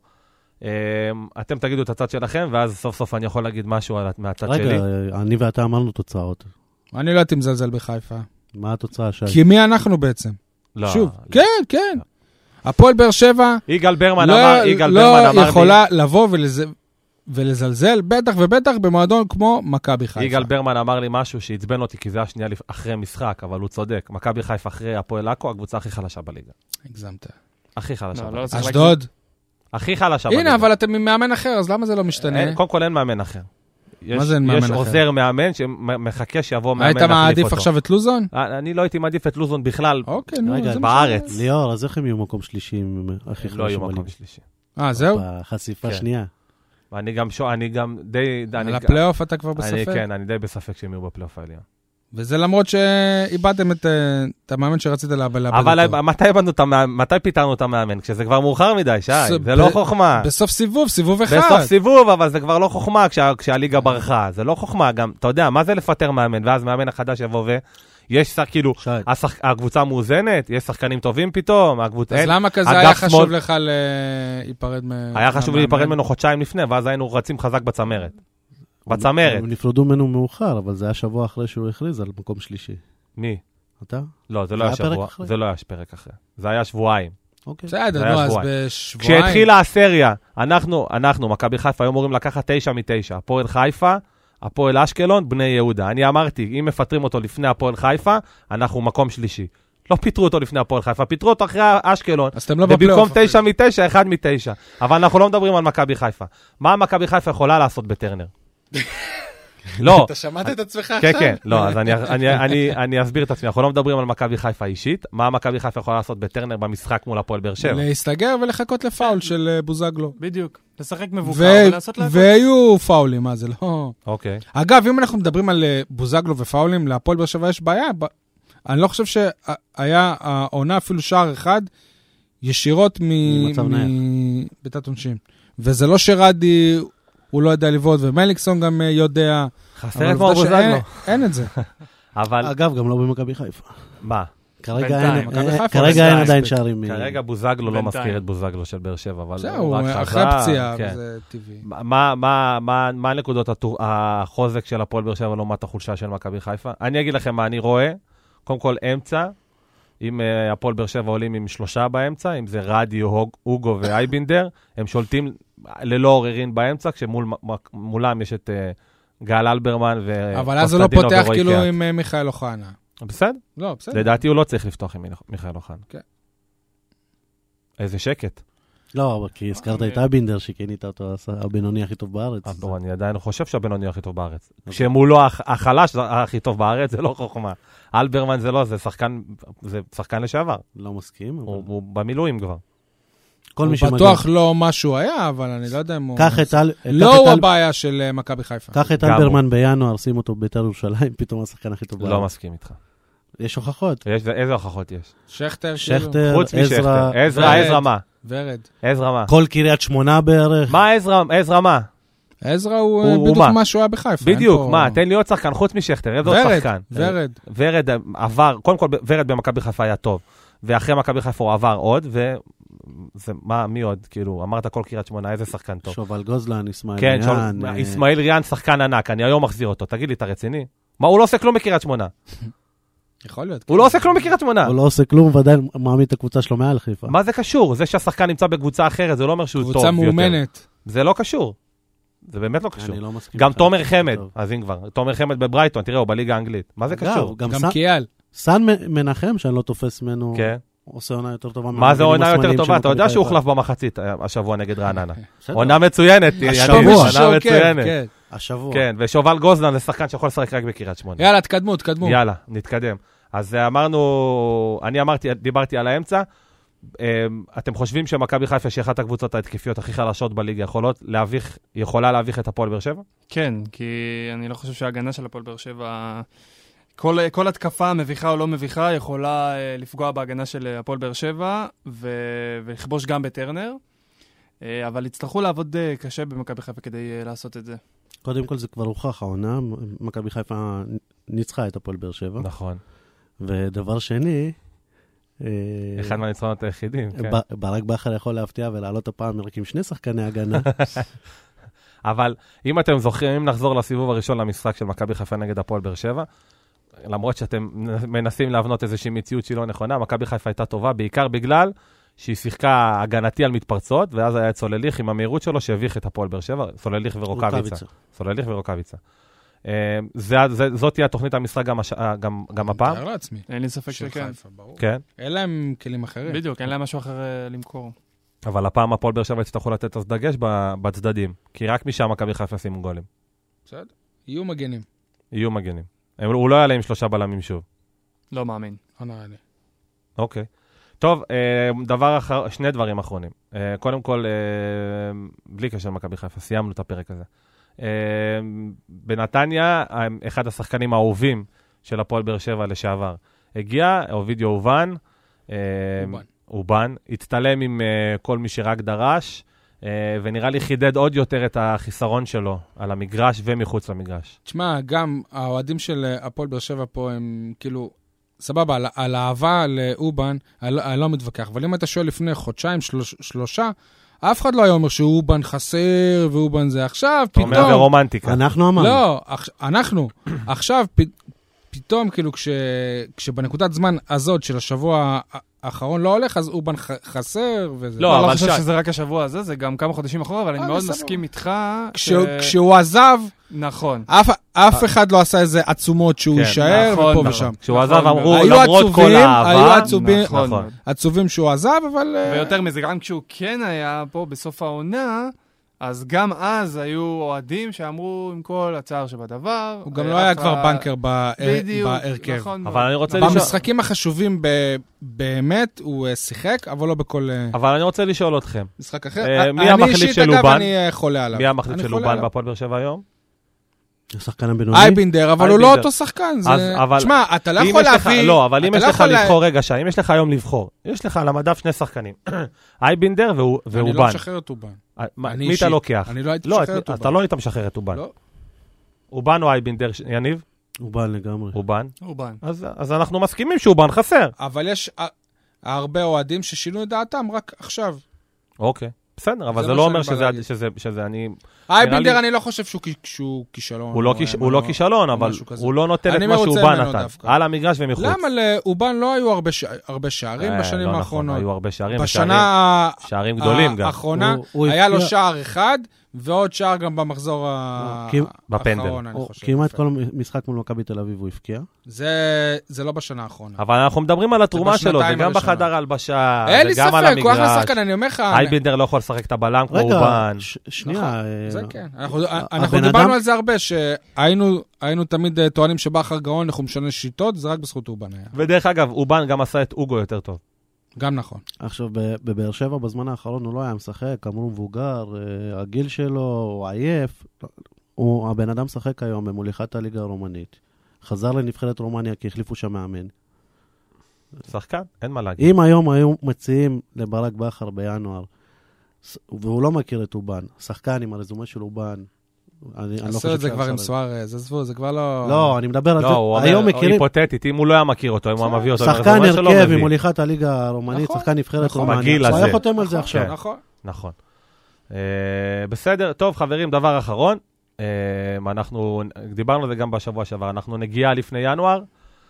אתם תגידו את הצד שלכם, ואז סוף סוף אני יכול להגיד משהו מהצד שלי. רגע, אני ואתה אמרנו תוצאות. אני לא הייתי מזלזל בחיפה. מה התוצאה שי? כי מי אנחנו בעצם? לא. שוב, כן, כן. הפועל באר שבע יגאל ברמן אמר, יגאל ברמן אמר לי... לא יכולה לבוא ולזלזל, בטח ובטח במועדון כמו מכבי חיפה. יגאל ברמן אמר לי משהו שהצבן אותי, כי זה השנייה אחרי משחק, אבל הוא צודק. מכבי חיפה אחרי הפועל עכו, הקבוצה הכי חלשה בליגה. הגזמת. הכי חלשה בליגה. אשדוד. הכי חלשה בליגה. הנה, אבל אתם עם מאמן אחר, אז למה זה לא משתנה? קודם כל אין מאמן אחר. מה זה אין מאמן אחר? יש עוזר מאמן שמחכה שיבוא מאמן להחליף היית אותו. מעדיף עכשיו את לוזון? אני לא הייתי מעדיף את לוזון בכלל. אוקיי, נו, זה בארץ. ליאור, אז איך הם יהיו מקום שלישי? לא יהיו מקום שלישי. אה, זהו? בחשיפה שנייה. ואני גם שו, אני גם די... על הפלייאוף אתה כבר בספק? כן, אני די בספק שהם יהיו בפלייאוף העליון. וזה למרות שאיבדתם את, את המאמן שרצית לאבד אותו. אבל מתי, מתי פיתרנו את המאמן? כשזה כבר מאוחר מדי, שי, זה ב- לא חוכמה. בסוף סיבוב, סיבוב אחד. בסוף סיבוב, אבל זה כבר לא חוכמה כשה, כשהליגה ברחה. זה לא חוכמה, גם, אתה יודע, מה זה לפטר מאמן? ואז מאמן החדש יבוא ו... יש שח, כאילו, השח, הקבוצה מאוזנת, יש שחקנים טובים פתאום, הקבוצה... אז אין, למה כזה היה חשוב שמאל... לך להיפרד מ... היה חשוב לי להיפרד ממנו חודשיים לפני, ואז היינו רצים חזק בצמרת. בצמרת. הם נפרדו ממנו מאוחר, אבל זה היה שבוע אחרי שהוא הכריז על מקום שלישי. מי? אתה? לא, זה לא היה שבוע. זה לא היה פרק אחרי. זה היה שבועיים. בסדר, נו, אז בשבועיים. כשהתחילה הסריה, אנחנו, אנחנו, מכבי חיפה, היו אמורים לקחת תשע מתשע. הפועל חיפה, הפועל אשקלון, בני יהודה. אני אמרתי, אם מפטרים אותו לפני הפועל חיפה, אנחנו מקום שלישי. לא פיטרו אותו לפני הפועל חיפה, פיטרו אותו אחרי אשקלון. אז אתם לא בפלייאוף. ובמקום תשע מתשע, אחד מתשע. אבל אנחנו לא מדברים על מכבי חיפה. מה מכבי חיפה יכולה לעשות בטרנר? לא. אתה שמעת את עצמך עכשיו? כן, כן. לא, אז אני, אני, אני, אני אסביר את עצמי. אנחנו לא מדברים על מכבי חיפה אישית. מה מכבי חיפה יכולה לעשות בטרנר במשחק מול הפועל באר שבע? להסתגר ולחכות לפאול של בוזגלו. בדיוק. לשחק מבוקר ולעשות להכל. והיו פאולים, מה זה לא... אוקיי. אגב, אם אנחנו מדברים על בוזגלו ופאולים, להפועל באר שבע יש בעיה. אני לא חושב שהיה העונה אפילו שער אחד ישירות מביתת עונשין. וזה לא שרדי... הוא לא יודע לבעוט, ומליקסון גם יודע. חסר את כמו בוזגלו. אין את זה. אגב, גם לא במכבי חיפה. מה? כרגע אין עדיין שערים. כרגע בוזגלו לא מזכיר את בוזגלו של באר שבע, אבל זהו, אחרי פציעה, וזה טבעי. מה נקודות החוזק של הפועל באר שבע לעומת החולשה של מכבי חיפה? אני אגיד לכם מה אני רואה. קודם כל אמצע, אם הפועל באר שבע עולים עם שלושה באמצע, אם זה רדי, אוגו ואייבינדר, הם שולטים ללא עוררין באמצע, כשמולם יש את גל אלברמן וקוסטדינו. אבל אז זה לא פותח כאילו עם מיכאל אוחנה. בסדר? לא, בסדר. לדעתי הוא לא צריך לפתוח עם מיכאל אוחנה. כן. איזה שקט. לא, אבל כי הזכרת את אייבינדר, שכנית אותו הבינוני הכי טוב בארץ. אני עדיין חושב שהבינוני הכי טוב בארץ. כשמולו החלש הכי טוב בארץ, זה לא חוכמה. אלברמן זה לא, זה שחקן לשעבר. לא מסכים. הוא במילואים כבר. הוא בטוח לא מה שהוא היה, אבל אני לא יודע אם הוא... לא הוא הבעיה של מכבי חיפה. קח את אלברמן בינואר, שים אותו בית"ר ירושלים, פתאום השחקן הכי טוב בארץ. לא מסכים איתך. יש הוכחות. איזה הוכחות יש? שכטר, שכטר, חוץ משכטר. עזרא, עזרא מה? ורד. עזרא מה? כל קריית שמונה בערך. מה עזרא, עזרא מה? עזרא הוא בדיוק מה שהוא היה בחיפה. בדיוק, מה? תן לי עוד שחקן, חוץ משכטר, איזה עוד שחקן? ורד. ורד עבר, קודם כל ורד במכבי חיפה היה טוב, ואחרי מכבי חיפה הוא עבר עוד, ו... זה, מה, מי עוד? כאילו, אמרת כל קריית שמונה, איזה שחקן טוב. שובל גוזלן, איסמעיל כן, ריאן. כן, איסמעיל ריאן, שחקן ענק, אני היום מחזיר אותו. תגיד לי, אתה רציני? מה, הוא לא עושה כלום בקריית שמונה? יכול להיות. הוא לא עושה כלום בקריית שמונה. הוא לא עושה כלום, ודאי מעמיד את הקבוצה שלו מעל חיפה. מה זה קשור? זה שהשחקן נמצא בקבוצה אחרת, זה לא אומר שהוא טוב יותר. קבוצה מאומנת. זה לא קשור. זה באמת לא קשור. אני לא מסכים. גם תומר חמד, אז אם כבר, תומר חמד בברייטון, תראה, הוא בליגה האנגלית. מה זה קשור? גם קיאל. סן מנחם, שאני לא תופס ממנו, עושה עונה יותר טובה. מה זה עונה יותר טובה? אתה יודע שהוא הוחלף במחצית השבוע נגד רעננה. עונה מצוינת. השבוע. עונה מצוינת. השבוע. כן, ושובל גוזלן זה שחקן שיכול לשחק רק בקריית שמונה. יאללה, תקדמו, תקדמו. יאללה, נתקדם. אז אמרנו, אני אמרתי, דיברתי על האמצע, אתם חושבים שמכבי חיפה, שהיא אחת הקבוצות ההתקפיות הכי חלשות בליגה, יכולות להביך, יכולה להביך את הפועל באר שבע? כן, כי אני לא חושב שההגנה של הפועל באר שבע, כל, כל התקפה מביכה או לא מביכה, יכולה uh, לפגוע בהגנה של הפועל באר שבע, ו- ולכבוש גם בטרנר, uh, אבל יצטרכו לעבוד uh, קשה במכבי חיפה כדי uh, לעשות את זה. קודם כל זה כבר הוכח העונה, מכבי חיפה ניצחה את הפועל באר שבע. נכון. ודבר שני, אחד מהניצחונות היחידים, כן. ברק בכר יכול להפתיע ולעלות הפעם רק עם שני שחקני הגנה. אבל אם אתם זוכרים, אם נחזור לסיבוב הראשון למשחק של מכבי חיפה נגד הפועל באר שבע, למרות שאתם מנסים להבנות איזושהי מציאות שהיא לא נכונה, מכבי חיפה הייתה טובה, בעיקר בגלל שהיא שיחקה הגנתי על מתפרצות, ואז היה סולליך עם המהירות שלו שהביך את הפועל באר שבע, סולליך ורוקביצה. סולליך ורוקביצה. זאת תהיה התוכנית המשחק גם הפעם? תאר לעצמי. אין לי ספק שכן. כן. אין להם כלים אחרים. בדיוק, אין להם משהו אחר למכור. אבל הפעם הפועל באר שבע יצטרכו לתת את דגש בצדדים, כי רק משם מכבי חיפה שימו גולים. בסדר. יהיו מגנים. יהיו מגנים. הוא לא יעלה עם שלושה בלמים שוב. לא מאמין. לא נראה לי. אוקיי. טוב, דבר אחר, שני דברים אחרונים. קודם כל, בלי קשר למכבי חיפה, סיימנו את הפרק הזה. בנתניה, אחד השחקנים האהובים של הפועל באר שבע לשעבר, הגיע, אובידיו אובן, אובן, הצטלם עם כל מי שרק דרש, ונראה לי חידד עוד יותר את החיסרון שלו על המגרש ומחוץ למגרש. תשמע, גם האוהדים של הפועל באר שבע פה הם כאילו, סבבה, על, על האהבה לאובן, אני לא מתווכח, אבל אם אתה שואל לפני חודשיים, שלוש, שלושה, אף אחד לא היה אומר שאובן חסר ואובן זה עכשיו, פתאום... אתה אומר זה רומנטיקה. אנחנו אמרנו. לא, אנחנו. עכשיו, פתאום, כאילו, כשבנקודת זמן הזאת של השבוע האחרון לא הולך, אז אובן חסר וזה. לא, אבל אני חושב שזה רק השבוע הזה, זה גם כמה חודשים אחורה, אבל אני מאוד מסכים איתך. כשהוא עזב... נכון. אף אחד לא עשה איזה עצומות שהוא יישאר ופה ושם. כשהוא עזב אמרו, למרות כל האהבה, היו עצובים שהוא עזב, אבל... ויותר מזה, גם כשהוא כן היה פה בסוף העונה, אז גם אז היו אוהדים שאמרו עם כל הצער שבדבר. הוא גם לא היה כבר בנקר בהרכב. אבל אני רוצה לשאול... במשחקים החשובים באמת הוא שיחק, אבל לא בכל... אבל אני רוצה לשאול אתכם. משחק אחר. אני אישית אגב, אני חולה עליו. מי המחליף של לובן בהפועל באר שבע היום? השחקן הבינוני? אייבינדר, אבל הוא לא אותו שחקן. תשמע, אתה לא יכול להביא... לא, אבל אם יש לך לבחור רגע שעה, אם יש לך היום לבחור, יש לך על המדף שני שחקנים, אייבינדר ואובן. אני לא משחרר את אובן. מי אתה לוקח? אני לא הייתי משחרר את אובן. אתה לא היית משחרר את אובן. לא. אובן או אייבינדר, יניב? אובן לגמרי. אובן? אובן. אז אנחנו מסכימים שאובן חסר. אבל יש הרבה אוהדים ששינו את דעתם רק עכשיו. אוקיי. בסדר, אבל זה לא אומר שזה אני... אייבינדר אני לא חושב שהוא כישלון. הוא לא כישלון, אבל הוא לא נותן את מה שאובן נתן. על המגרש ומחוץ. למה לאובן לא היו הרבה שערים בשנים האחרונות? היו הרבה שערים. בשנה שערים גדולים גם. האחרונה היה לו שער אחד, ועוד שער גם במחזור האחרון, אני חושב. כמעט כל משחק מול מכבי תל אביב הוא הפקיע. זה לא בשנה האחרונה. אבל אנחנו מדברים על התרומה שלו, זה גם בחדר הלבשה, אין לי וגם על ספק, הוא אחלה המגרש. שחקן, אני אומר לך... אייבינדר לא יכול לשחק את הבלם כמו אובן. שנייה. זה כן. אנחנו דיברנו על זה הרבה, שהיינו תמיד טוענים שבאחר גאון אנחנו משנה שיטות, זה רק בזכות אובן היה. ודרך אגב, אובן גם עשה את אוגו יותר טוב. גם נכון. עכשיו, בבאר שבע בזמן האחרון הוא לא היה משחק, אמרו מבוגר, הגיל שלו, הוא עייף. הבן אדם משחק היום במוליכת הליגה הרומנית. חזר לנבחרת רומניה כי החליפו שם מאמן. שחקן? אין מה להגיד. אם היום היו מציעים לברק בכר בינואר, והוא לא מכיר את אובן, שחקן עם הרזומה של אובן, עשו את זה כבר עם סואר, זה כבר לא... לא, אני מדבר על זה. לא, הוא אומר, היפותטית, אם הוא לא היה מכיר אותו, אם הוא מביא אותו, שחקן הרכב עם הוליכת הליגה הרומנית, שחקן נבחרת רומניה, הוא היה חותם על זה עכשיו. נכון. נכון. בסדר, טוב חברים, דבר אחרון, אנחנו דיברנו על זה גם בשבוע שעבר, אנחנו נגיע לפני ינואר,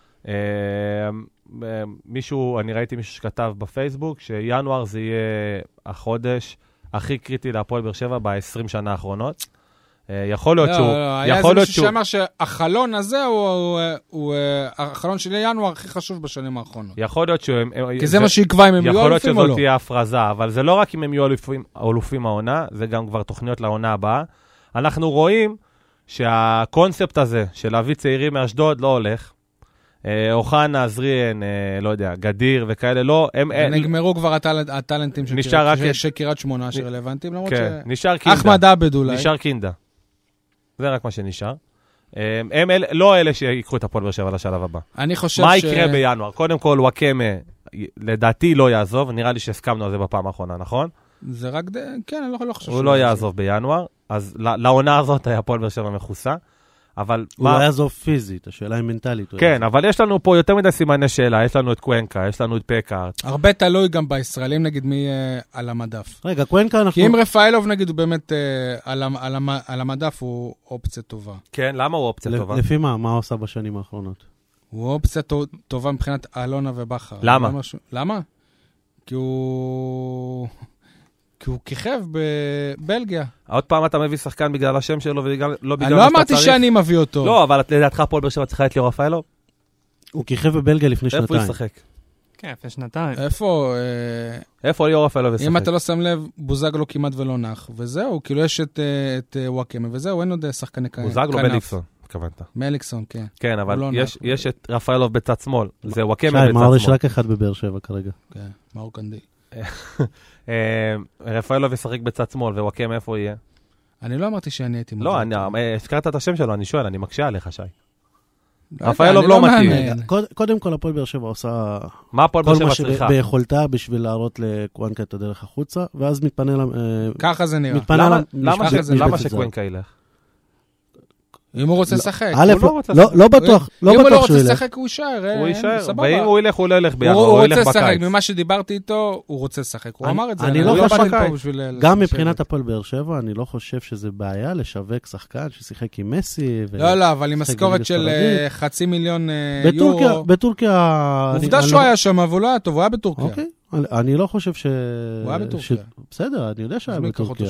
מישהו, אני ראיתי מישהו שכתב בפייסבוק, שינואר זה יהיה החודש הכי קריטי להפועל באר שבע ב-עשרים שנה האחרונות. יכול להיות שהוא... היה איזה מישהו שאמר שהחלון הזה הוא החלון של ינואר הכי חשוב בשנים האחרונות. יכול להיות שהוא... כי זה מה שיקבע אם הם יהיו אלופים או לא. יכול להיות שזאת תהיה הפרזה, אבל זה לא רק אם הם יהיו אלופים העונה, זה גם כבר תוכניות לעונה הבאה. אנחנו רואים שהקונספט הזה של להביא צעירים מאשדוד לא הולך, אה, אוחנה, זריאן, אה, לא יודע, גדיר וכאלה, לא, הם... נגמרו כבר הטלנט, הטלנטים של נשאר רק את... שקירת שמונה שרלוונטיים, למרות כן, ש... נשאר קינדה. אחמד עבד אולי. נשאר קינדה. זה רק מה שנשאר. הם, הם אל, לא אלה שיקחו את הפועל באר שבע לשלב הבא. אני חושב מה ש... יקרה בינואר? קודם כל, וואקמה, לדעתי לא יעזוב, נראה לי שהסכמנו על זה בפעם האחרונה, נכון? זה רק ד... כן, אני לא, לא חושב הוא לא יעזוב בינואר, אז לעונה הזאת היה הפועל באר שבע מכוסה, אבל... הוא לא יעזוב פיזית, השאלה היא מנטלית. כן, אבל יש לנו פה יותר מדי סימני שאלה, יש לנו את קוונקה, יש לנו את פקארט. הרבה תלוי גם בישראלים, נגיד, מי על המדף. רגע, קוונקה אנחנו... כי אם רפאלוב, נגיד, הוא באמת על המדף, הוא אופציה טובה. כן, למה הוא אופציה טובה? לפי מה? מה הוא עושה בשנים האחרונות? הוא אופציה טובה מבחינת אלונה ובחר. למה? למה? כי הוא... כי הוא כיכב בבלגיה. עוד פעם אתה מביא שחקן בגלל השם שלו, ולא בגלל מה שאתה צריך. אני לא אמרתי שאני מביא אותו. לא, אבל לדעתך הפועל באר שבע צריכה את ליאור רפאלוב? הוא כיכב בבלגיה לפני שנתיים. איפה הוא ישחק? כן, לפני שנתיים. איפה? איפה ליאור רפאלוב ישחק? אם אתה לא שם לב, בוזגלו כמעט ולא נח, וזהו, כאילו יש את וואקמה, וזהו, אין עוד שחקני כנף. בוזגלו מליקסון, התכוונת. מליקסון, כן. כן, אבל יש את רפאלוב בצד שמאל, זה וואקמה בצד שמע, שמאל. יש רק אחד בבאר שבע כרגע. כן, מאור קנדי. רפאלוב ישחק בצד שמאל, ווואקמה איפה יהיה? אני לא אמרתי שאני הייתי מוזר. לא, הזכרת את השם שלו, אני שואל, אני מקשה עליך, שי. רפאלוב לא מתאים. קודם כל, הפועל באר שבע עושה... מה הפועל באר שבע צריכה? ביכולתה בשביל להראות לקוונקה את הדרך החוצה, ואז מתפנה לה... ככה זה נראה. למה שקוונקה ילך? אם הוא רוצה לשחק. לא בטוח, לא אם הוא לא בטוח שהוא רוצה ילך. לשחק, הוא יישאר. הוא יישאר, ואם הוא ילך, הוא לא ילך בינואר, הוא הוא ילך רוצה לשחק, בקיץ. ממה שדיברתי איתו, הוא רוצה לשחק. הוא אמר את זה. אני לא חושב, גם מבחינת הפועל באר שבע, אני לא חושב שזה בעיה לשווק שחקן ששיחק עם מסי. לא, לא, אבל עם משכורת של חצי מיליון יורו. בטורקיה... עובדה שהוא היה שם, אבל הוא היה טוב, הוא היה בטורקיה. אוקיי, אני לא חושב ש... הוא היה בטורקיה. בסדר, אני יודע שהיה בטורקיה.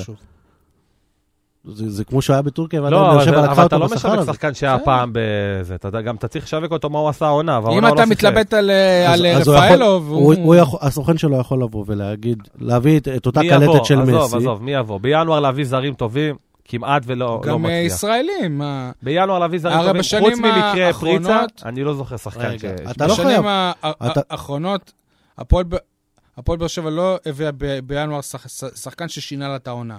זה, זה כמו שהיה בטורקיה, לא, אבל, אבל אתה לא משווק שחקן שהיה פעם בזה, אתה גם אתה צריך לשווק אותו מה הוא עשה העונה. אם אתה מתלבט על, על רפאלוב... הוא, הוא יכול, הסוכן שלו יכול לבוא ולהגיד, להביא את, את אותה קלטת של מסי. עזוב, עזוב, מי יבוא? בינואר להביא זרים טובים, כמעט ולא מצליח. גם ישראלים. בינואר להביא זרים טובים, חוץ ממקרה פריצה, אני לא זוכר שחקן ש... אתה לא חייב. בשנים האחרונות, הפועל באר שבע לא הביא בינואר שחקן ששינה לה את העונה.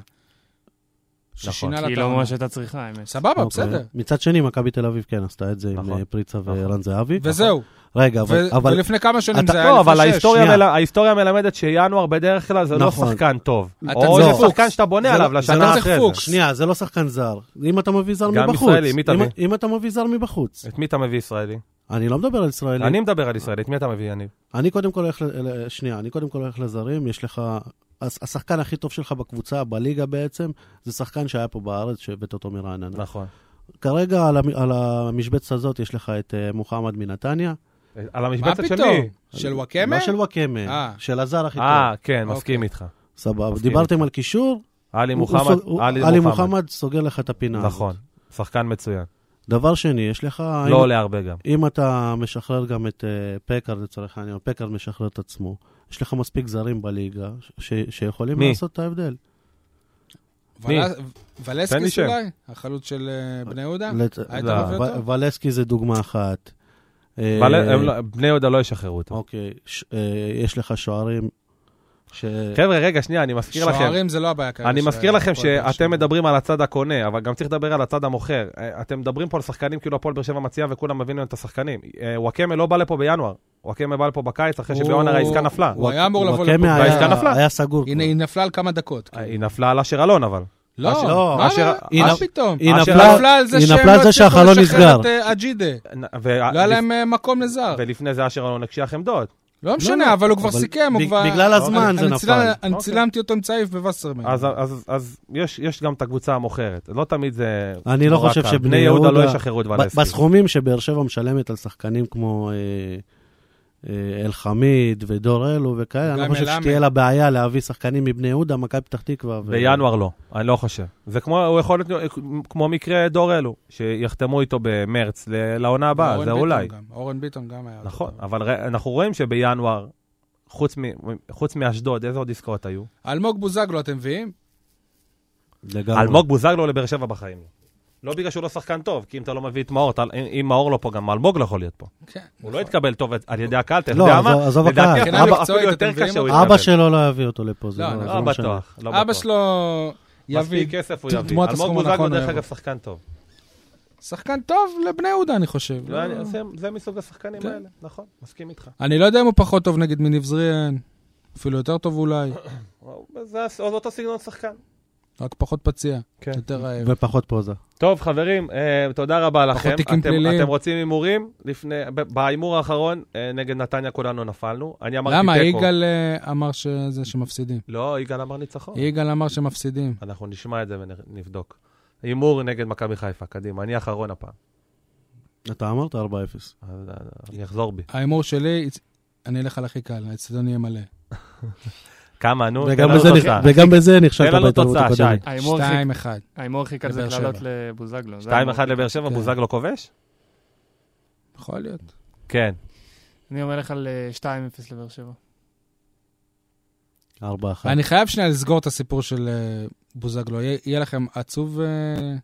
נכון, כי לא ממש הייתה צריכה, האמת. סבבה, בסדר. מצד שני, מכבי תל אביב כן עשתה את זה עם פריצה ורן זהבי. וזהו. רגע, אבל... ולפני כמה שנים זה היה לא, אבל ההיסטוריה מלמדת שינואר בדרך כלל זה לא שחקן טוב. או זה שחקן שאתה בונה עליו לשנה אחרי זה. שנייה, זה לא שחקן זר. אם אתה מביא זר מבחוץ. גם ישראלי, מי תביא? אם אתה מביא זר מבחוץ. את מי אתה מביא ישראלי? אני לא מדבר על ישראלי. אני מדבר על ישראלי. את מי אתה מביא, יניב? אני קודם כל הולך, שנייה, אני קודם כל הולך לזרים. יש לך, השחקן הכי טוב שלך בקבוצה, בליגה בעצם, זה שחקן שהיה פה בארץ, שהבאת אותו מרעננה. נכון. כרגע על המשבצת הזאת יש לך את מוחמד מנתניה. על המשבצת של מי? של וואקמה? לא של וואקמה, של הזר הכי טוב. אה, כן, מסכים איתך. סבבה. דיברתם על קישור? עלי מוחמד. עלי מוחמד סוגר לך את הפינה. נכון, שחקן מצוין. דבר שני, יש לך... לא עולה הרבה גם. אם אתה משחרר גם את פקארד, לצורך העניין, פקארד משחרר את עצמו, יש לך מספיק זרים בליגה שיכולים לעשות את ההבדל. מי? ולסקיס אולי? החלוץ של בני יהודה? ולסקי זה דוגמה אחת. בני יהודה לא ישחררו אותו. אוקיי, יש לך שוערים... חבר'ה, רגע, שנייה, אני מזכיר לכם. שוערים זה לא הבעיה כרגע. אני מזכיר לכם שאתם מדברים על הצד הקונה, אבל גם צריך לדבר על הצד המוכר. אתם מדברים פה על שחקנים כאילו הפועל באר שבע מציע וכולם מבינים את השחקנים. וואקמה לא בא לפה בינואר. וואקמה בא לפה בקיץ אחרי שבעונה העסקה נפלה. הוא היה אמור לבוא לפה. והעסקה נפלה. היה סגור. הנה, היא נפלה על כמה דקות. היא נפלה על אשר אלון, אבל. לא, מה פתאום? היא נפלה על זה שהחלון נסגר. לא היה להם מקום לזר. ולפני זה אשר אלון הקשיח עמדות. לא משנה, אבל הוא כבר סיכם, בגלל הזמן זה נפל. אני צילמתי אותו עם צעיף בווסרמן. אז יש גם את הקבוצה המוכרת. לא תמיד זה... אני לא חושב שבני יהודה לא ישחררו את ולסקי. בסכומים שבאר שבע משלמת על שחקנים כמו אלחמיד ודור אלו וכאלה, אני לא חושב שתהיה לה בעיה להביא שחקנים מבני יהודה, מכבי פתח תקווה. בינואר לא, אני לא חושב. זה כמו, הוא יכול להיות כמו מקרה דור אלו, שיחתמו איתו במרץ לעונה הבאה, זה אולי. אורן ביטון גם היה. נכון, אבל אנחנו רואים שבינואר, חוץ מאשדוד, איזה עוד עסקאות היו? אלמוג בוזגלו אתם מביאים? אלמוג בוזגלו לבאר שבע בחיים. לא בגלל שהוא לא שחקן טוב, כי אם אתה לא מביא את מאור, אתה, אם מאור לא פה, גם אלמוג לא יכול להיות פה. כן. הוא לא יתקבל טוב על ידי הקהל, אתה לא, יודע מה? עזוב- עזוב לדעתי הקהל. אפילו- מקצועית, אפילו אתם יותר מבינים קשה הוא אותי? יתקבל. אבא שלו לא יביא אותו לפה, זה לא, לא אני- זה לא לא משנה. בטוח, לא בטוח. אבא שלו יביא... מספיק כסף הוא יביא. תמורת אלמוג הסכום בוזגלו הנכון דרך הוא אגב יבוא. שחקן טוב. שחקן טוב לבני יהודה, אני חושב. לא, לא- אני- זה- זה מסוג השחקנים כן. האלה, נכון, מסכים איתך. אני לא יודע אם הוא פחות טוב נגד מניב זריאן, אפילו יותר טוב אולי, זה עוד אותו סגנון שחקן. רק פחות פציע, כן. יותר רעב. ופחות פוזה. טוב, חברים, אה, תודה רבה לכם. תיקים אתם- פליליים. אתם רוצים הימורים? לפני, ב- בהימור האחרון, אה, נגד נתניה כולנו נפלנו. אני אמרתי למה? תיקו. יגאל אה, אמר שזה שמפסידים. לא, יגאל אמר ניצחון. יגאל אמר שמפסידים. אנחנו נשמע את זה ונבדוק. הימור נגד מכבי חיפה, קדימה. אני האחרון הפעם. אתה אמרת ארבע אפס. אז, אה, אני אחזור בי. ההימור שלי, אני אלך על הכי קל, האצטדיון יהיה מלא. כמה, נו? וגם תן לנו בזה נכ- תוצאה. וגם בזה נכשלת תן לנו בהתערבות תוצאה, הקודמת. שי. ההימור הכי- שתיים אחד. ההימור הכי קל זה לבאר לעלות שבע. לבוזגלו. זה שתיים ההימור אחד הכי לבאר קל. שבע, כן. בוזגלו כובש? יכול להיות. כן. אני אומר לך על אה, שתיים אפס לבאר שבע. ארבע אחת. אני חייב שנייה לסגור את הסיפור של אה, בוזגלו. יהיה יהיה לכם עצוב אה,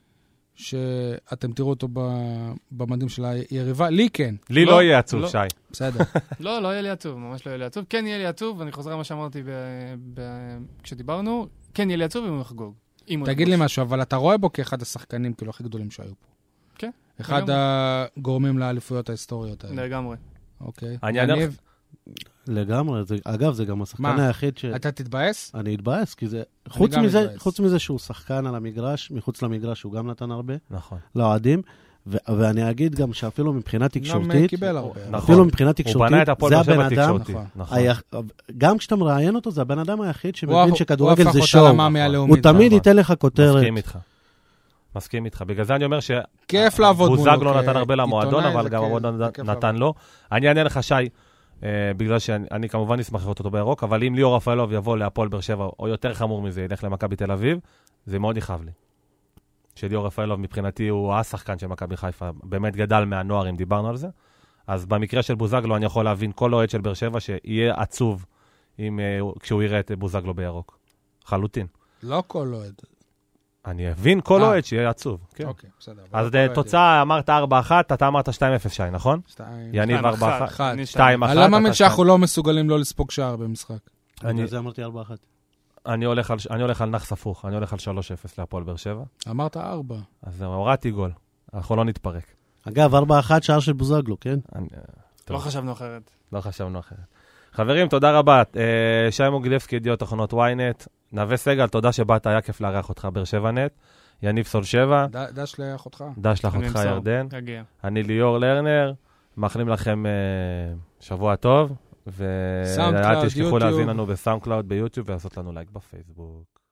שאתם תראו אותו ב- במדים של היריבה? לי כן, לי לא, לא יהיה עצוב, לא. שי. בסדר. לא, לא יהיה לי עצוב, ממש לא יהיה לי עצוב. כן יהיה לי עצוב, ואני חוזר על מה שאמרתי ב- ב- כשדיברנו, כן יהיה לי עצוב אם הוא יחגוג. אם הוא תגיד לי יכבוש. משהו, אבל אתה רואה בו כאחד השחקנים כאילו הכי גדולים שהיו פה. כן. אחד לגמרי. הגורמים לאליפויות ההיסטוריות האלה. לגמרי. אוקיי. אני אענה יניב, לך- לגמרי. זה- אגב, זה גם השחקן מה? היחיד ש... אתה תתבאס? אני אתבאס, כי זה... חוץ גם מזה, אתבאס. חוץ מזה שהוא שחקן על המגרש, מחוץ למגרש הוא גם נתן הרבה נכון. לאוהדים, ו- ואני אגיד גם שאפילו מבחינה גם אה, תקשורתית, קיבל הרבה. נכון. אפילו מבחינה הוא תקשורתית, בנה את הפועל זה באר שבע הבן אדם, תקשורתי. נכון. נכון. היח- גם כשאתה מראיין אותו, זה הבן אדם היחיד הוא שמבין הפ- שכדורגל הוא זה הפך שואו. אותה למאמי הלאומית. הוא תמיד נכון. ייתן לך כותרת. מסכים איתך. מסכים איתך. בגלל זה אני אומר ש... כיף לעבוד מולו. בוזגלו נתן הרבה כעיתונאי למועדון, אבל זה גם כיף- המועדון זה כיף נתן לעבוד. לו. אני אענה לך, שי, אה, בגלל שאני אני כמובן אשמח לראות אותו בירוק, אבל אם ליאור רפאלוב יבוא להפועל באר שבע, או יותר חמור מזה, ילך למכבי תל אביב, זה מאוד יכאב לי. שליאור רפאלוב מבחינתי הוא השחקן של מכבי חיפה, באמת גדל מהנוער, אם דיברנו על זה. אז במקרה של בוזגלו אני יכול להבין כל אוהד של באר שבע שיהיה עצוב אם, אה, כשהוא יראה את בוזגלו בירוק. חלוטין. לא כל אוהד. אני אבין כל אה. אוהד שיהיה עצוב. כן. אוקיי, בסדר. אבל אז לא כל אוהד. תוצאה, אמרת ארבע אחת, אתה אמרת שתיים אפס, שי, נכון? שתיים. יניב שתיים, ארבע אחד. אחת. אחד. אני שתיים אחת. אני לא מאמין אתה שאנחנו לא מסוגלים לא לספוג שער במשחק. אני- בגלל זה אמרתי ארבע אחת. אני הולך על- אני הולך על נחס הפוך, אני הולך על שלוש אפס להפועל באר שבע. אמרת ארבע. אז זהו, הורדתי גול. אנחנו לא נתפרק. אגב, ארבע אחת שער של בוזגלו, כן? אני- לא חשבנו אחרת. לא חשבנו אחרת. חברים, תודה רבה. אה, שי מוגילבסקי, ידיעות אחרונות ynet. נווה סגל, תודה שבאת, היה כיף לארח אותך באר שבע נט. יניב סול שבע, ד- דש לאחותך. דש לך אני אותך אמסור. ירדן. יגיע. אני ליאור לרנר, מאחלים לכם אה, שבוע טוב, סאונד ואל קלאוד, תשכחו יוטיוב. להזין לנו בסאונד קלאוד ביוטיוב ולעשות לנו לייק בפייסבוק.